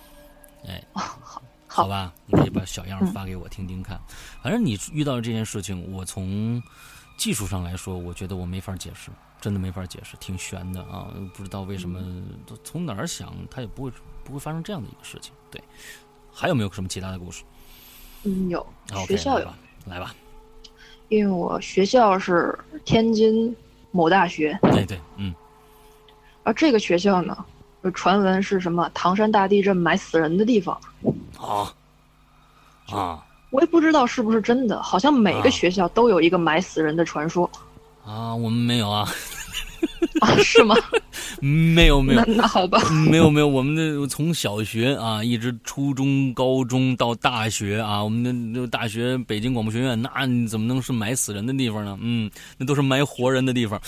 好吧，你可以把小样发给我听听看。反正你遇到这件事情，我从技术上来说，我觉得我没法解释，真的没法解释，挺悬的啊！不知道为什么，从哪儿想，它也不会发生这样的一个事情。对，还有没有什么其他的故事？ 有，学校有， 来吧。 因为我学校是天津某大学， 对， 而这个学校呢，传闻是什么唐山大地震埋死人的地方我也不知道是不是真的，好像每个学校都有一个埋死人的传说我们没有啊。 是吗？ 没有那好吧。 没有我们的从小学一直初中高中到大学我们的大学北京广播学院，那你怎么能是埋死人的地方呢？那都是埋活人的地方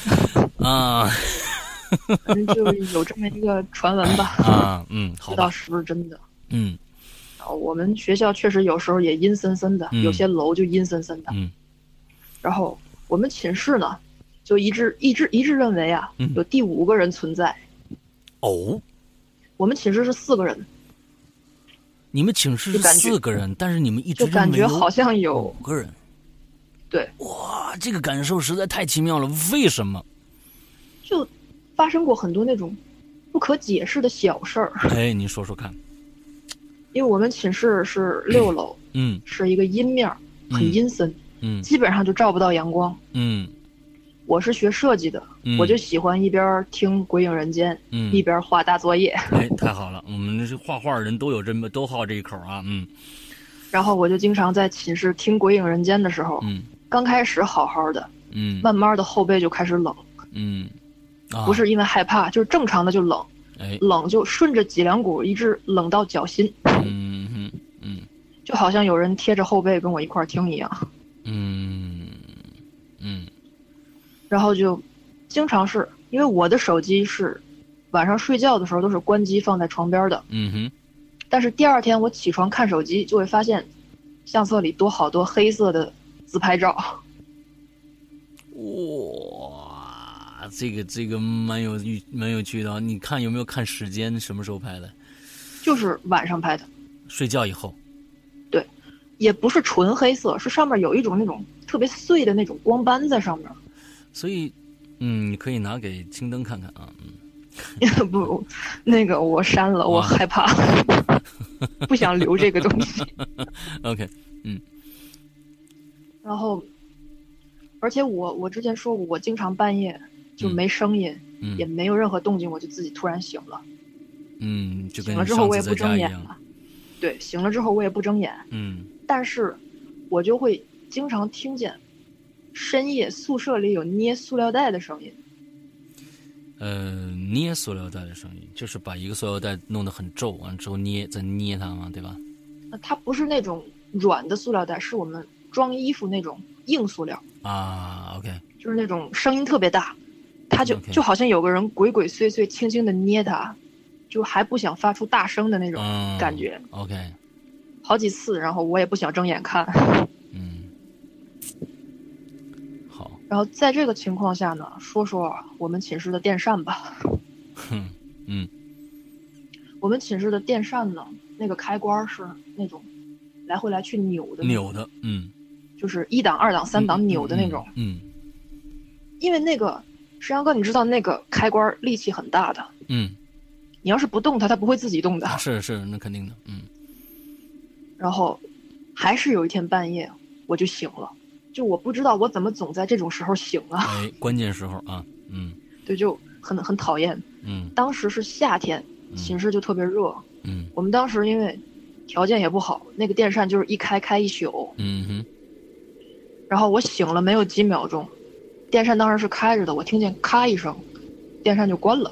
反正就有这么一个传闻吧好吧， 不知道是不是真的。 我们学校确实有时候也阴森森的，有些楼就阴森森的然后我们寝室呢就一致认为有第5个人存在。我们寝室是4个人。 你们寝室是4个人，但是你们一直就感觉好像有 5个人。 对， 哇，这个感受实在太奇妙了。为什么？ 就发生过很多那种不可解释的小事儿。 你说说看。 因为我们寝室是6楼，是一个阴面，很阴森，基本上就照不到阳光。我是学设计的，我就喜欢一边听《鬼影人间》，一边画大作业。 太好了，我们这画画的人都好这一口然后我就经常在寝室听《鬼影人间》的时候，刚开始好好的，慢慢的后背就开始冷，不是因为害怕，就是正常的就冷，冷就顺着脊梁骨一直冷到脚心，就好像有人贴着后背跟我一块听一样。然后就经常是因为我的手机是晚上睡觉的时候都是关机放在床边的，但是第2天我起床看手机就会发现相册里多好多黑色的自拍照。 哇，这个蛮有趣的。你看有没有看时间，什么时候拍的？ 就是晚上拍的， 睡觉以后。 对，也不是纯黑色，是上面有一种那种特别碎的那种光斑在上面。所以你可以拿给青灯看看不，那个我删了，我害怕不想留这个东西。 OK。 然后而且我之前说过，我经常半夜就没声音，也没有任何动静，我就自己突然醒了。 就跟醒了之后我也不睁眼了。对，醒了之后我也不睁眼。但是我就会经常听见深夜宿舍里有捏塑料袋的声音。 捏塑料袋的声音，就是把一个塑料袋弄得很皱，完之后再捏它嘛，对吧？ 它不是那种软的塑料袋，是我们装衣服那种硬塑料啊。OK， 就是那种声音特别大，它就好像有个人鬼鬼祟祟轻轻的捏它，就还不想发出大声的那种感觉。 OK， 好几次，然后我也不想睁眼看。 好。 然后在这个情况下呢，说说我们寝室的电扇吧。我们寝室的电扇呢，那个开关是那种来回来去扭的，就是1档、2档、3档扭的那种。因为那个石阳哥，你知道那个开关力气很大的。你要是不动它，它不会自己动的。 是，那肯定的。 然后还是有一天半夜我就醒了，就我不知道我怎么总在这种时候醒了。 关键时候啊。 对，就很讨厌。当时是夏天，寝室就特别热。我们当时因为条件也不好，那个电扇就是一开一宿。然后我醒了没有几秒钟，电扇当时是开着的，我听见咔一声，电扇就关了。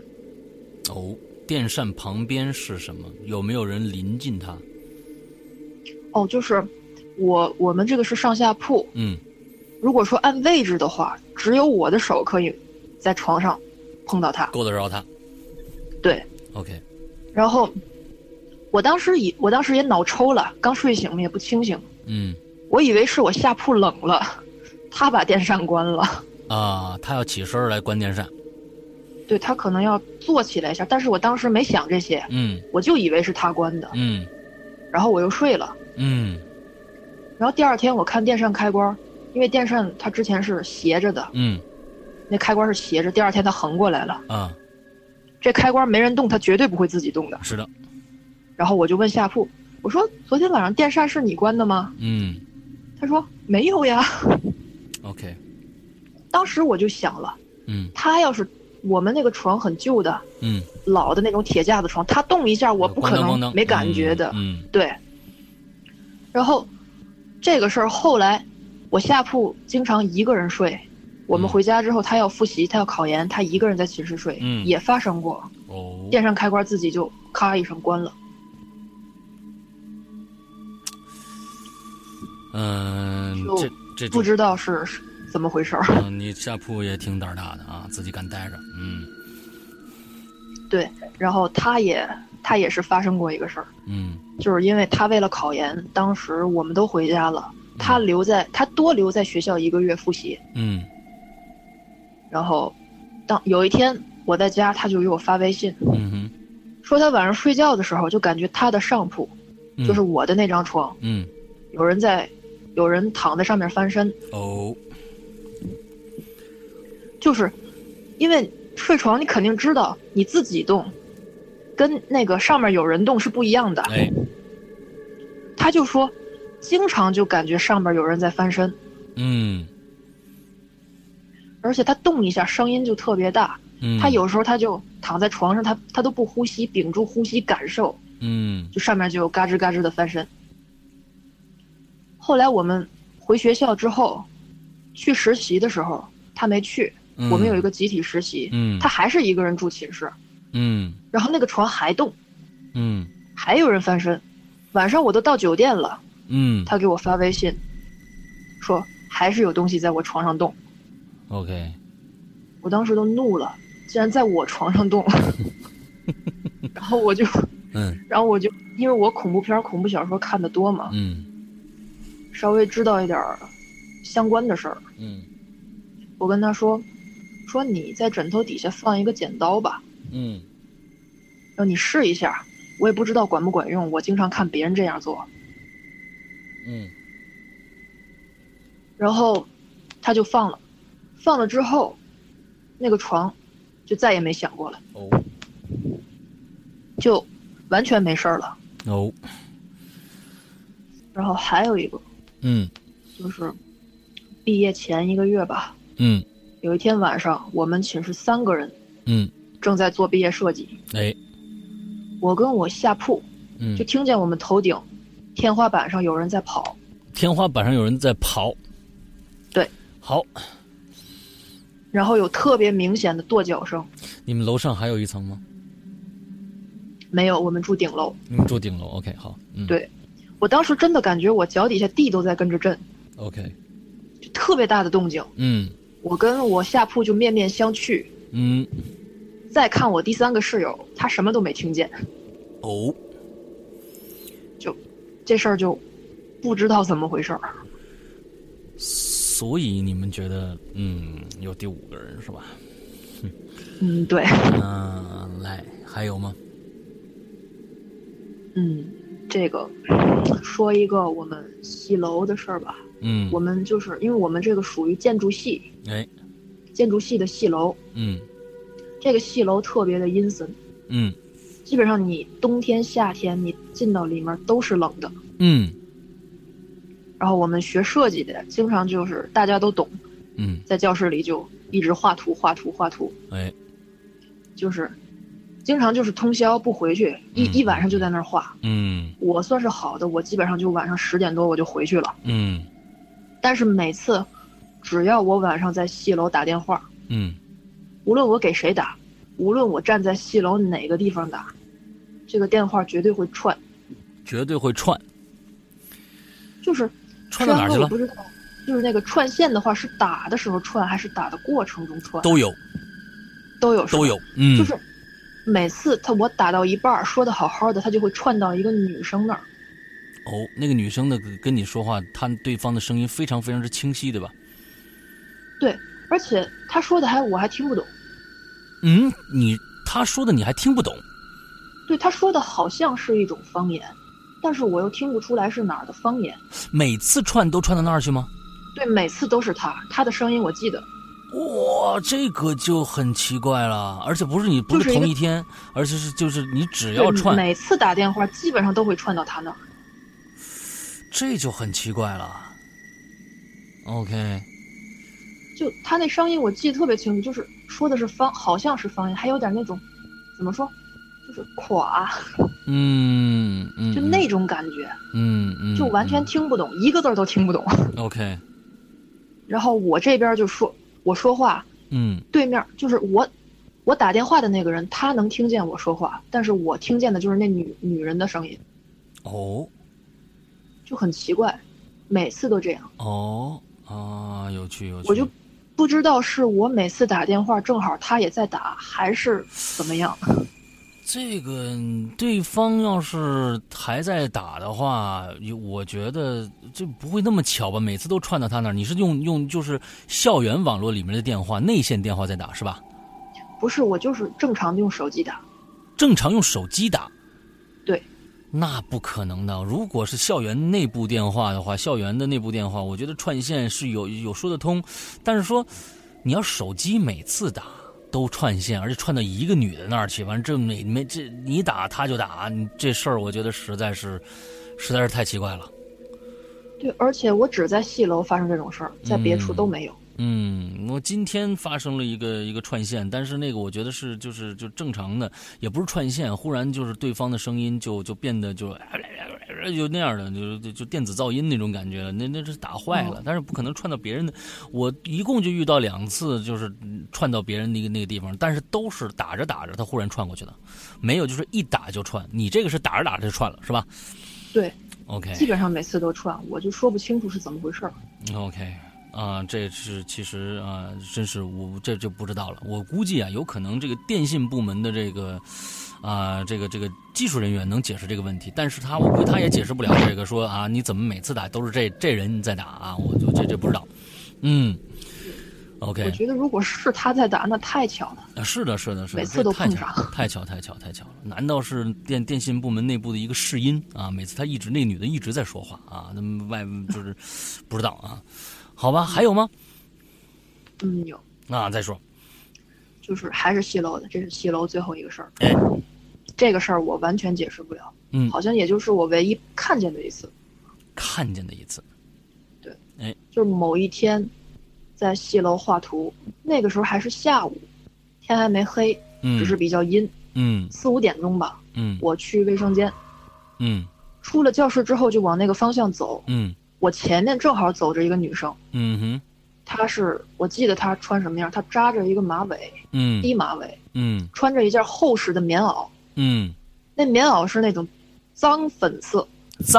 电扇旁边是什么？有没有人临近它？ 就是我们这个是上下铺。如果说按位置的话，只有我的手可以在床上碰到它， 够得着它。 对。 OK。 然后我当时也脑抽了，刚睡醒嘛，也不清醒。我以为是我下铺冷了，他把电扇关了。 他要起身来关电扇。 对，他可能要坐起来一下，但是我当时没想这些。我就以为是他关的。然后我又睡了。然后第二天我看电扇开关，因为电扇它之前是斜着的。那开关是斜着，第二天它横过来了。这开关没人动，它绝对不会自己动的。 是的。 然后我就问下铺，我说昨天晚上电扇是你关的吗？他说没有呀。 OK。 当时我就想了，他要是我们那个床很旧的，老的那种铁架子床，他动一下我不可能没感觉的。对。然后这个事儿后来我下铺经常一个人睡，我们回家之后他要复习，他要考研，他一个人在寝室睡，也发生过。电扇开关自己就咔一声关了。这不知道是怎么回事儿。 你下铺也挺胆大的啊，自己敢待着。 对，然后他也是发生过一个事儿。就是因为他为了考研，当时我们都回家了，他多留在学校1个月复习。然后有一天我在家，他就给我发微信。说他晚上睡觉的时候就感觉他的上铺，就是我的那张床，有人躺在上面翻身。就是因为睡床你肯定知道你自己动跟那个上面有人动是不一样的。他就说经常就感觉上面有人在翻身。而且他动一下声音就特别大。他有时候他就躺在床上，他都不呼吸，屏住呼吸感受。就上面就有嘎吱嘎吱的翻身。后来我们回学校之后去实习的时候他没去。我们有一个集体实习。他还是一个人住寝室。然后那个床还动。还有人翻身。晚上我都到酒店了。他给我发微信说还是有东西在我床上动。 OK。 我当时都怒了，竟然在我床上动。然后我就因为我恐怖小说看得多嘛。稍微知道一点相关的事儿。我跟他说你在枕头底下放一个剪刀吧。让你试一下，我也不知道管不管用，我经常看别人这样做。然后他就放了之后那个床就再也没响过了。就完全没事了。然后还有一个就是毕业前1个月吧。 有一天晚上，我们寝室3个人，正在做毕业设计。我跟我下铺，就听见我们头顶天花板上有人在跑。 天花板上有人在跑。 对。 好。 然后有特别明显的跺脚声。 你们楼上还有一层吗？ 没有，我们住顶楼。 你们住顶楼 ，OK， 好。 对，我当时真的感觉我脚底下地都在跟着震。 OK。 就特别大的动静。我跟我下铺就面面相觑。再看我第3个室友，他什么都没听见。 哦。 就这事儿就不知道怎么回事儿。 所以你们觉得，有第5个人是吧？ 对。 来，还有吗？ 这个说一个我们戏楼的事儿吧。我们就是因为我们这个属于建筑系，建筑系的戏楼，这个戏楼特别的阴森，基本上你冬天夏天你进到里面都是冷的，然后我们学设计的经常就是大家都懂，在教室里就一直画图，就是经常就是通宵不回去，一晚上就在那儿画，我算是好的，我基本上就晚上10点多我就回去了，但是每次只要我晚上在戏楼打电话，无论我给谁打，无论我站在戏楼哪个地方打，这个电话绝对会串，就是串到哪去了？ 我不知道，就是那个串线的话是打的时候串还是打的过程中串？ 都有， 就是每次我打到一半说的好好的，他就会串到一个女生那儿。 那个女生的跟你说话，对方的声音非常非常之清晰，对吧？ 对，而且他说的我还听不懂。 他说的你还听不懂？ 对，他说的好像是一种方言，但是我又听不出来是哪儿的方言。 每次串都串到那儿去吗？ 对，每次都是他的声音我记得。 哇，这个就很奇怪了，而且不是同一天，而且就是你只要串， 每次打电话基本上都会串到他那儿， 这就很奇怪了。OK， 就他那声音我记得特别清楚，就是说的是好像是方言，还有点那种怎么说，就是垮，就那种感觉，就完全听不懂，一个字都听不懂。 OK， 然后我这边就说。我说话，对面就是我打电话的那个人，他能听见我说话，但是我听见的就是那女人的声音。就很奇怪，每次都这样。 有趣。 我就不知道是我每次打电话正好他也在打，还是怎么样。 这个对方要是还在打的话，我觉得这不会那么巧吧？每次都串到他那儿，你是用就是校园网络里面的电话，内线电话在打是吧？ 不是，我就是正常用手机打。 正常用手机打？ 对。 那不可能的。如果是校园内部电话的话，校园的内部电话，我觉得串线是有说得通，但是说你要手机每次打。都串线，而且串到一个女的那儿去，完这你打他就打，这事儿我觉得实在是太奇怪了。 对，而且我只在戏楼发生这种事儿，在别处都没有。 我今天发生了一个串线，但是那个我觉得是就正常的，也不是串线，忽然就是对方的声音就变得就那样的，就电子噪音那种感觉了，那是打坏了，但是不可能串到别人的。我一共就遇到2次，就是串到别人那个地方，但是都是打着打着他忽然串过去的，没有就是一打就串。你这个是打着打着就串了，是吧？ 对。 OK。 基本上每次都串，我就说不清楚是怎么回事。 OK。这是其实真是我这就不知道了。我估计有可能这个电信部门的这个技术人员能解释这个问题，但是我估计他也解释不了这个说你怎么每次打都是这人在打我就这不知道。OK。 我觉得如果是他在打，那太巧了。 是的，每次都碰上， 太巧了。难道是电信部门内部的一个试音每次那女的一直在说话那么外就是不知道好吧，还有吗？ 有。 再说。 就是还是戏楼的，这是戏楼最后一个事儿。这个事儿我完全解释不了。好像也就是我唯一看见的一次。 看见的一次。 对。就是某一天， 在戏楼画图，那个时候还是下午，天还没黑，只是比较阴，4、5点钟吧，我去卫生间，出了教室之后就往那个方向走，我前面正好走着一个女生，我记得她穿什么样，她扎着一个马尾，低马尾，穿着一件厚实的棉袄，那棉袄是那种脏粉色，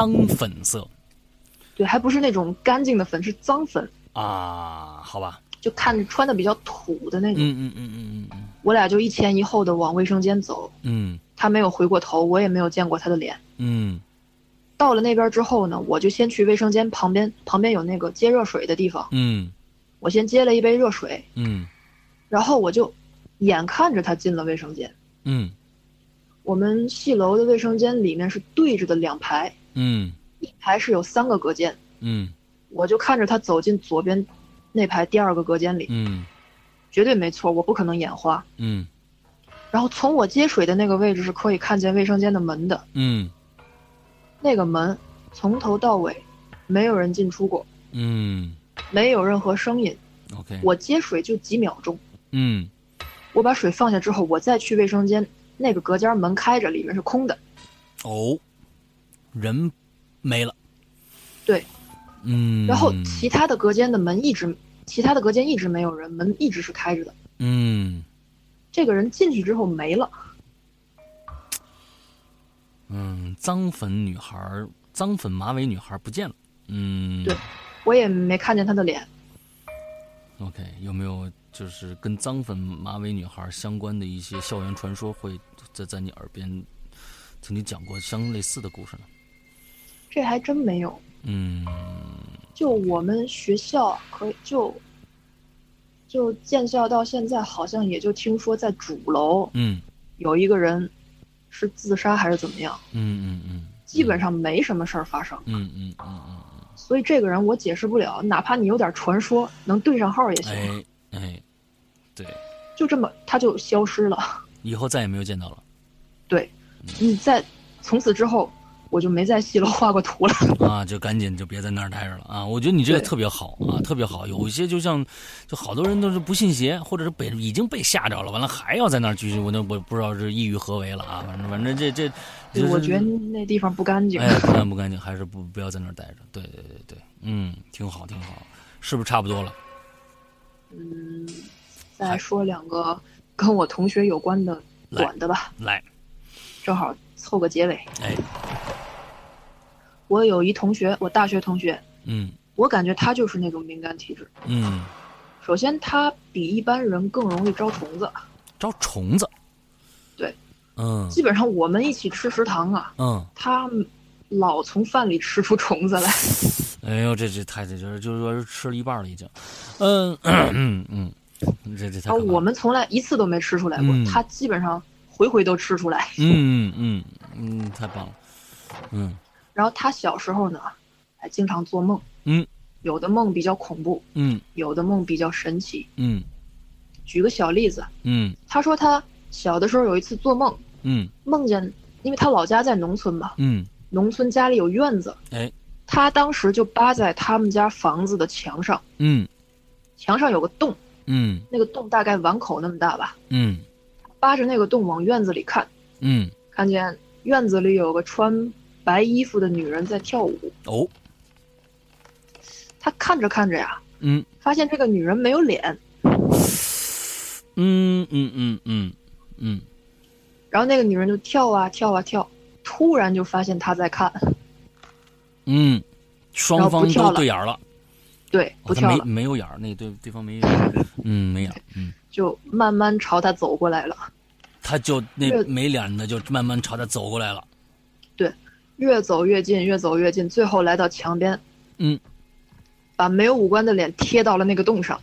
对，还不是那种干净的粉，是脏粉啊，好吧， 就看着穿的比较土的那种，我俩就一前一后的往卫生间走，他没有回过头，我也没有见过他的脸，到了那边之后呢，我就先去卫生间旁边有那个接热水的地方，我先接了一杯热水，然后我就眼看着他进了卫生间，我们戏楼的卫生间里面是对着的2排，一排是有3个隔间，我就看着他走进左边那排第2个隔间里，绝对没错，我不可能眼花，然后从我接水的那个位置是可以看见卫生间的门的，那个门从头到尾没有人进出过，没有任何声音。 OK， 我接水就几秒钟，我把水放下之后，我再去卫生间，那个隔间门开着，里面是空的。 哦，人没了。 对，然后其他的隔间一直没有人，门一直是开着的。这个人进去之后没了。脏粉马尾女孩不见了。对，我也没看见她的脸。 OK， 有没有就是跟脏粉马尾女孩相关的一些校园传说，会在你耳边曾经讲过相类似的故事呢？ 这还真没有。就我们学校可以就建校到现在，好像也就听说在主楼，有一个人是自杀还是怎么样，基本上没什么事儿发生，所以这个人我解释不了，哪怕你有点传说，能对上号也行。 对， 就这么他就消失了， 以后再也没有见到了。 对，从此之后。我就没在戏楼画过图了啊，就赶紧就别在那儿待着了啊！我觉得你这个特别好啊，特别好。有一些就好多人都是不信邪，或者是已经被吓着了，完了还要在那儿继续，我不知道是意欲何为了啊！反正这， 我觉得那地方不干净。 不干净，还是不要在那儿待着。对，挺好，是不是差不多了？ 再说2个跟我同学有关的短的吧。 来， 正好凑个结尾。我有一同学，我大学同学，我感觉他就是那种敏感体质。首先他比一般人更容易招虫子。 招虫子？对。 基本上我们一起吃食堂啊，他老从饭里吃出虫子来。 哎呦，这太就是说吃了一半了已经。这太。 我们从来一次都没吃出来过，他基本上回都吃出来。 太棒了。 然后他小时候呢，还经常做梦。有的梦比较恐怖。有的梦比较神奇。举个小例子。他说他小的时候有一次做梦。梦见，因为他老家在农村嘛。农村家里有院子。他当时就扒在他们家房子的墙上。墙上有个洞。那个洞大概碗口那么大吧。扒着那个洞往院子里看。看见院子里有个穿白衣服的女人在跳舞。他看着看着呀，发现这个女人没有脸。然后那个女人就跳啊跳啊跳，突然就发现他在看。 双方都对眼了。 对，不跳了。 没有眼儿，那对方没眼。没眼。 就慢慢朝他走过来了。 他就那没脸的就慢慢朝他走过来了。 对，越走越近，越走越近，最后来到墙边。把没有五官的脸贴到了那个洞上。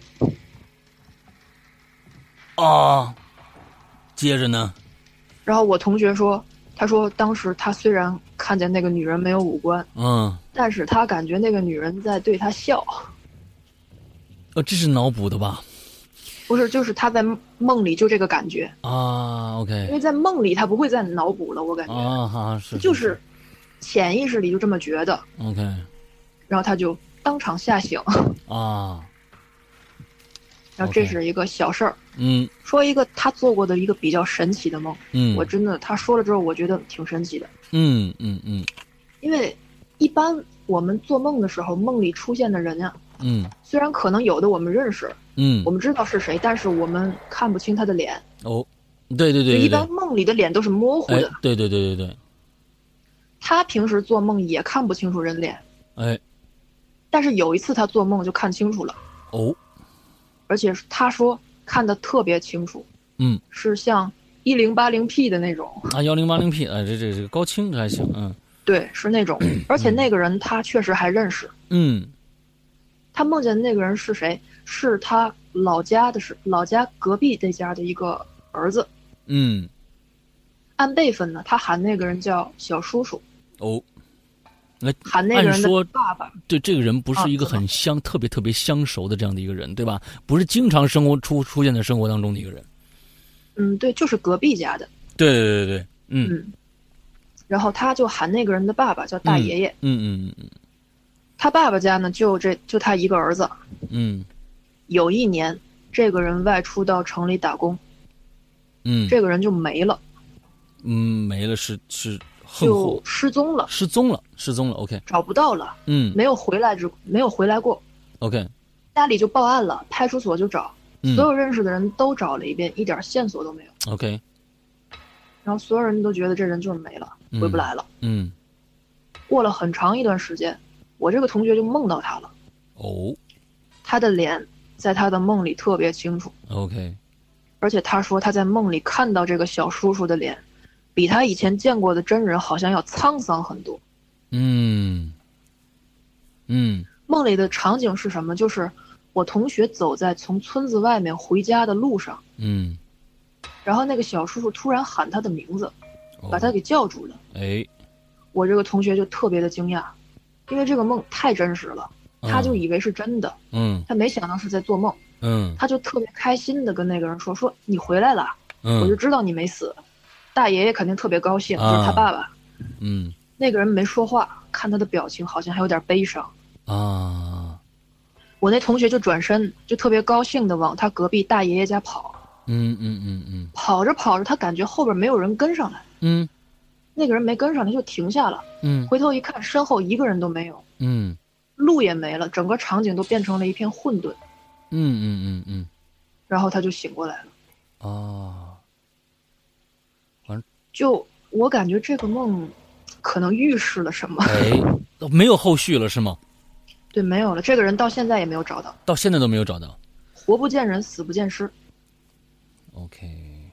接着呢？ 然后我同学说，他说当时他虽然看见那个女人没有五官，但是他感觉那个女人在对他笑。 这是脑补的吧？ 不是，就是他在梦里就这个感觉啊。OK， 因为在梦里他不会再脑补了，我感觉是就是潜意识里就这么觉得。 OK， 然后他就当场吓醒。 然后这是一个小事儿。 嗯， 说一个他做过的一个比较神奇的梦。 嗯， 我真的他说了之后，我觉得挺神奇的。 嗯， 因为一般我们做梦的时候，梦里出现的人呀，虽然可能有的我们认识，我们知道是谁，但是我们看不清他的脸。 哦，对， 一般梦里的脸都是模糊的。 对。 他平时做梦也看不清楚人脸。 哎， 但是有一次他做梦就看清楚了。 哦， 而且他说看得特别清楚。是像1080P 的那种啊，1080P，这个高清还行。 对，是那种。而且那个人他确实还认识。他梦见的那个人是谁？是他老家隔壁那家的一个儿子。按辈分呢，他喊那个人叫小叔叔。 哦， 喊那个人的爸爸。 对，这个人不是一个很特别相熟的这样的一个人，对吧？不是经常出现在生活当中的一个人。 对，就是隔壁家的。 对。 然后他就喊那个人的爸爸叫大爷爷。他爸爸家呢，就他一个儿子。有一年，这个人外出到城里打工。这个人就没了。 没了是就失踪了。 失踪了 ，OK， 找不到了。没有回来过。 OK， 家里就报案了，派出所就找，所有认识的人都找了一遍，一点线索都没有。 OK， 然后所有人都觉得这人就是没了，回不来了。过了很长一段时间，我这个同学就梦到他了。 哦， 他的脸在他的梦里特别清楚。 OK， 而且他说他在梦里看到这个小叔叔的脸，比他以前见过的真人好像要沧桑很多。梦里的场景是什么？就是我同学走在从村子外面回家的路上。然后那个小叔叔突然喊他的名字，把他给叫住了。我这个同学就特别的惊讶，因为这个梦太真实了，他就以为是真的。他没想到是在做梦。他就特别开心的跟那个人说你回来了。我就知道你没死。大爷爷肯定特别高兴，就是他爸爸。那个人没说话，看他的表情好像还有点悲伤。我那同学就转身，就特别高兴的往他隔壁大爷爷家跑。跑着跑着，他感觉后边没有人跟上来。那个人没跟上，他就停下了。回头一看，身后一个人都没有。路也没了，整个场景都变成了一片混沌。然后他就醒过来了。就我感觉这个梦可能预示了什么。 没有后续了是吗？ 对，没有了。这个人到现在也没有找到， 到现在都没有找到。 活不见人，死不见尸。 OK，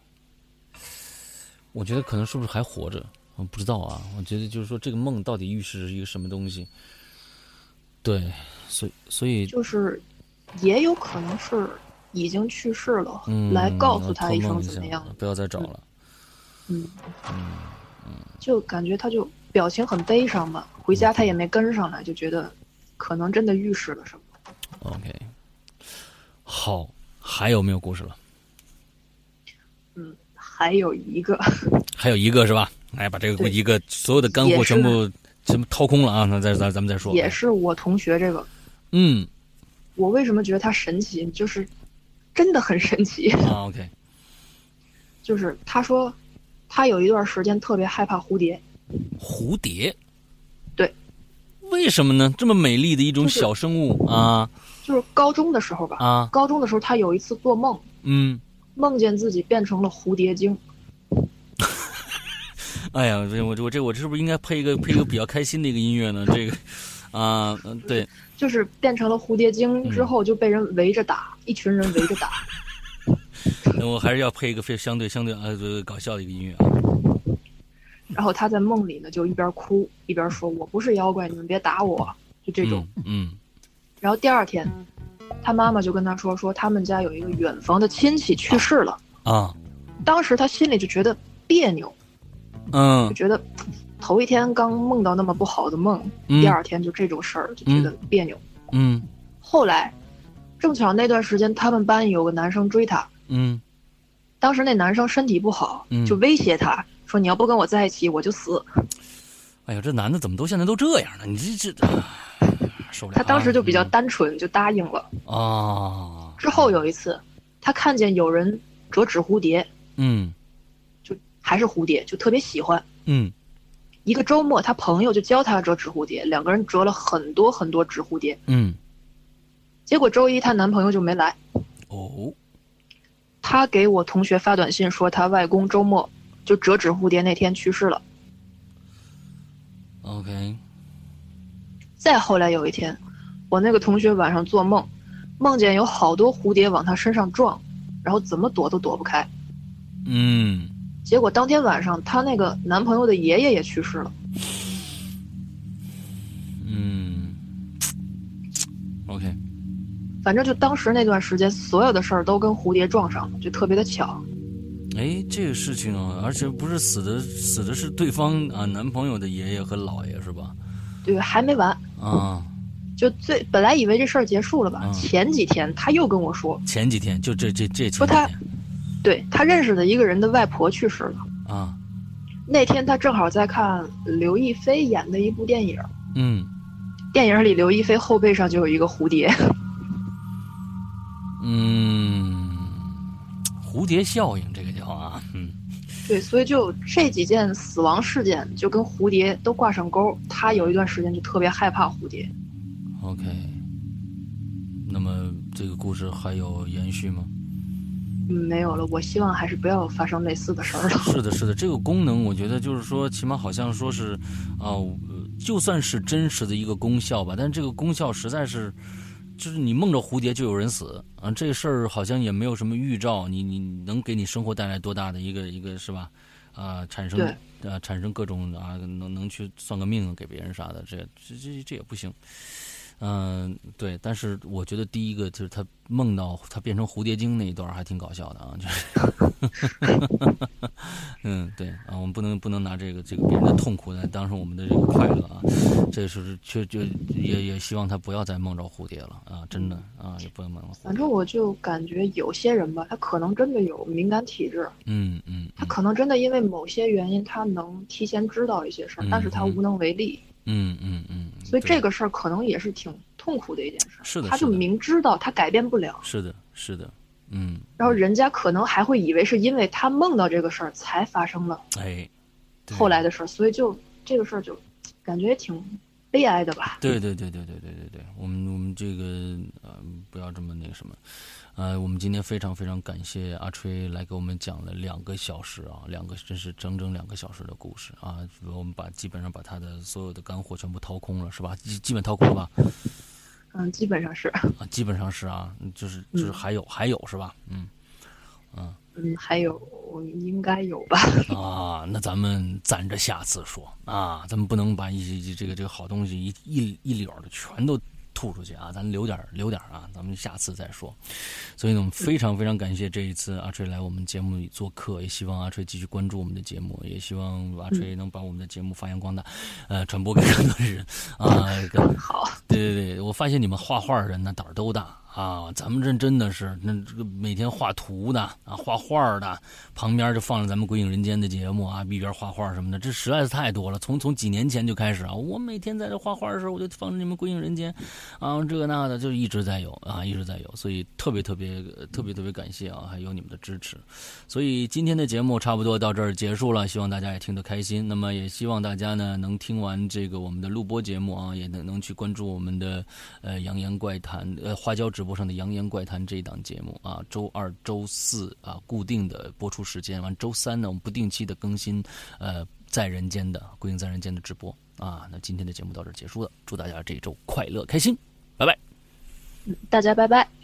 我觉得可能是不是还活着？我不知道啊。我觉得就是说，这个梦到底预示是一个什么东西？对，所以就是也有可能是已经去世了，来告诉他一声怎么样， 不要再找了。 就感觉他就表情很悲伤嘛，回家他也没跟上来，就觉得可能真的预示了什么。 OK， 好，还有没有故事了？ 还有一个是吧？哎，把这个一个所有的干货全部掏空了啊！那咱们再说。 也是我同学这个。我为什么觉得他神奇？就是真的很神奇。 OK， 就是他说他有一段时间特别害怕蝴蝶。 蝴蝶？ 对。 为什么呢？这么美丽的一种小生物啊！ 就是高中的时候吧。高中的时候他有一次做梦。梦见自己变成了蝴蝶精。 哎呀，我是不是应该配一个比较开心的一个音乐呢？这个对， 就是变成了蝴蝶精之后就被人围着打，一群人围着打。 我还是要配一个相对搞笑的一个音乐啊。 然后他在梦里呢，就一边哭一边说：“我不是妖怪，你们别打我。”就这种。然后第二天，他妈妈就跟他说他们家有一个远房的亲戚去世了。当时他心里就觉得别扭。就觉得头一天刚梦到那么不好的梦，第二天就这种事儿，就觉得别扭。后来正巧那段时间他们班有个男生追他。当时那男生身体不好，就威胁他说：“你要不跟我在一起，我就死。” 哎呀，这男的怎么现在都这样呢？你这受不了。 他当时就比较单纯，就答应了。 之后有一次，他看见有人折纸蝴蝶，就还是蝴蝶，就特别喜欢，一个周末，他朋友就教他折纸蝴蝶，两个人折了很多很多纸蝴蝶，结果周一她男朋友就没来，他给我同学发短信说他外公周末就折纸蝴蝶那天去世了。 OK。 再后来有一天，我那个同学晚上做梦，梦见有好多蝴蝶往他身上撞，然后怎么躲都躲不开。结果当天晚上，她那个男朋友的爷爷也去世了。 OK。 反正就当时那段时间，所有的事儿都跟蝴蝶撞上了，就特别的巧。 哎，这个事情啊，而且不是死的是对方啊男朋友的爷爷和姥爷是吧？ 对，还没完啊。 就本来以为这事儿结束了吧，前几天他又跟我说， 前几天就这前几天说他认识的一个人的外婆去世了啊。 那天他正好在看刘亦菲演的一部电影，电影里刘亦菲后背上就有一个蝴蝶。 蝴蝶效应这个叫啊。 对，所以就这几件死亡事件就跟蝴蝶都挂上钩，他有一段时间就特别害怕蝴蝶。 OK。那么这个故事还有延续吗？ 没有了，我希望还是不要发生类似的事儿了。 是的，这个功能我觉得就是说，起码好像说是就算是真实的一个功效吧，但是这个功效实在是，就是你梦着蝴蝶就有人死啊，这个事儿好像也没有什么预兆，你能给你生活带来多大的一个是吧？产生各种能去算个命给别人啥的，这也不行。对，但是我觉得第一个就是他梦到他变成蝴蝶精那一段还挺搞笑的啊，就是对啊，我们不能拿这个别人的痛苦来当成我们的这个快乐啊，这是也希望他不要再梦着蝴蝶了啊，真的啊，也不能梦着蝴蝶。 反正我就感觉有些人吧，他可能真的有敏感体质，他可能真的因为某些原因，他能提前知道一些事儿，但是他无能为力。所以这个事儿可能也是挺痛苦的一件事。 是的， 他就明知道他改变不了。 是的。 然后人家可能还会以为是因为他梦到这个事儿才发生了后来的事儿，所以就这个事儿就感觉也挺悲哀的吧。 对，我们这个不要这么那个什么。我们今天非常非常感谢阿吹来给我们讲了2个小时啊，真是整整2个小时的故事啊！我们基本上把他的所有的干货全部掏空了，是吧？基本掏空了吧？ 基本上是基本上是啊，就是还有是吧？ 还有应该有吧？ 那咱们攒着下次说啊，咱们不能把这个好东西一绺的全都吐出去啊，咱留点啊，咱们下次再说。所以呢，我们非常非常感谢这一次阿吹来我们节目里做客，也希望阿吹继续关注我们的节目，也希望阿吹能把我们的节目发扬光大，传播给更多的人啊。 好， 对，我发现你们画画的人呢胆儿都大。咱们这真的是这个每天画图的画画的，旁边就放着咱们《鬼影人间》的节目啊，一边画画什么的，这实在是太多了。从几年前就开始啊，我每天在这画画的时候，我就放着你们《鬼影人间》这个那的，就一直在有，所以特别感谢啊，还有你们的支持。所以今天的节目差不多到这儿结束了，希望大家也听得开心。那么也希望大家呢能听完这个我们的录播节目啊，也能去关注我们的扬言怪谈花椒直播上的扬言怪谈这一档节目啊，周2、周4固定的播出时间，完周3呢我们不定期的更新在人间的鬼影在人间的直播啊。那今天的节目到这儿结束了，祝大家这一周快乐开心，拜拜。 大家拜拜。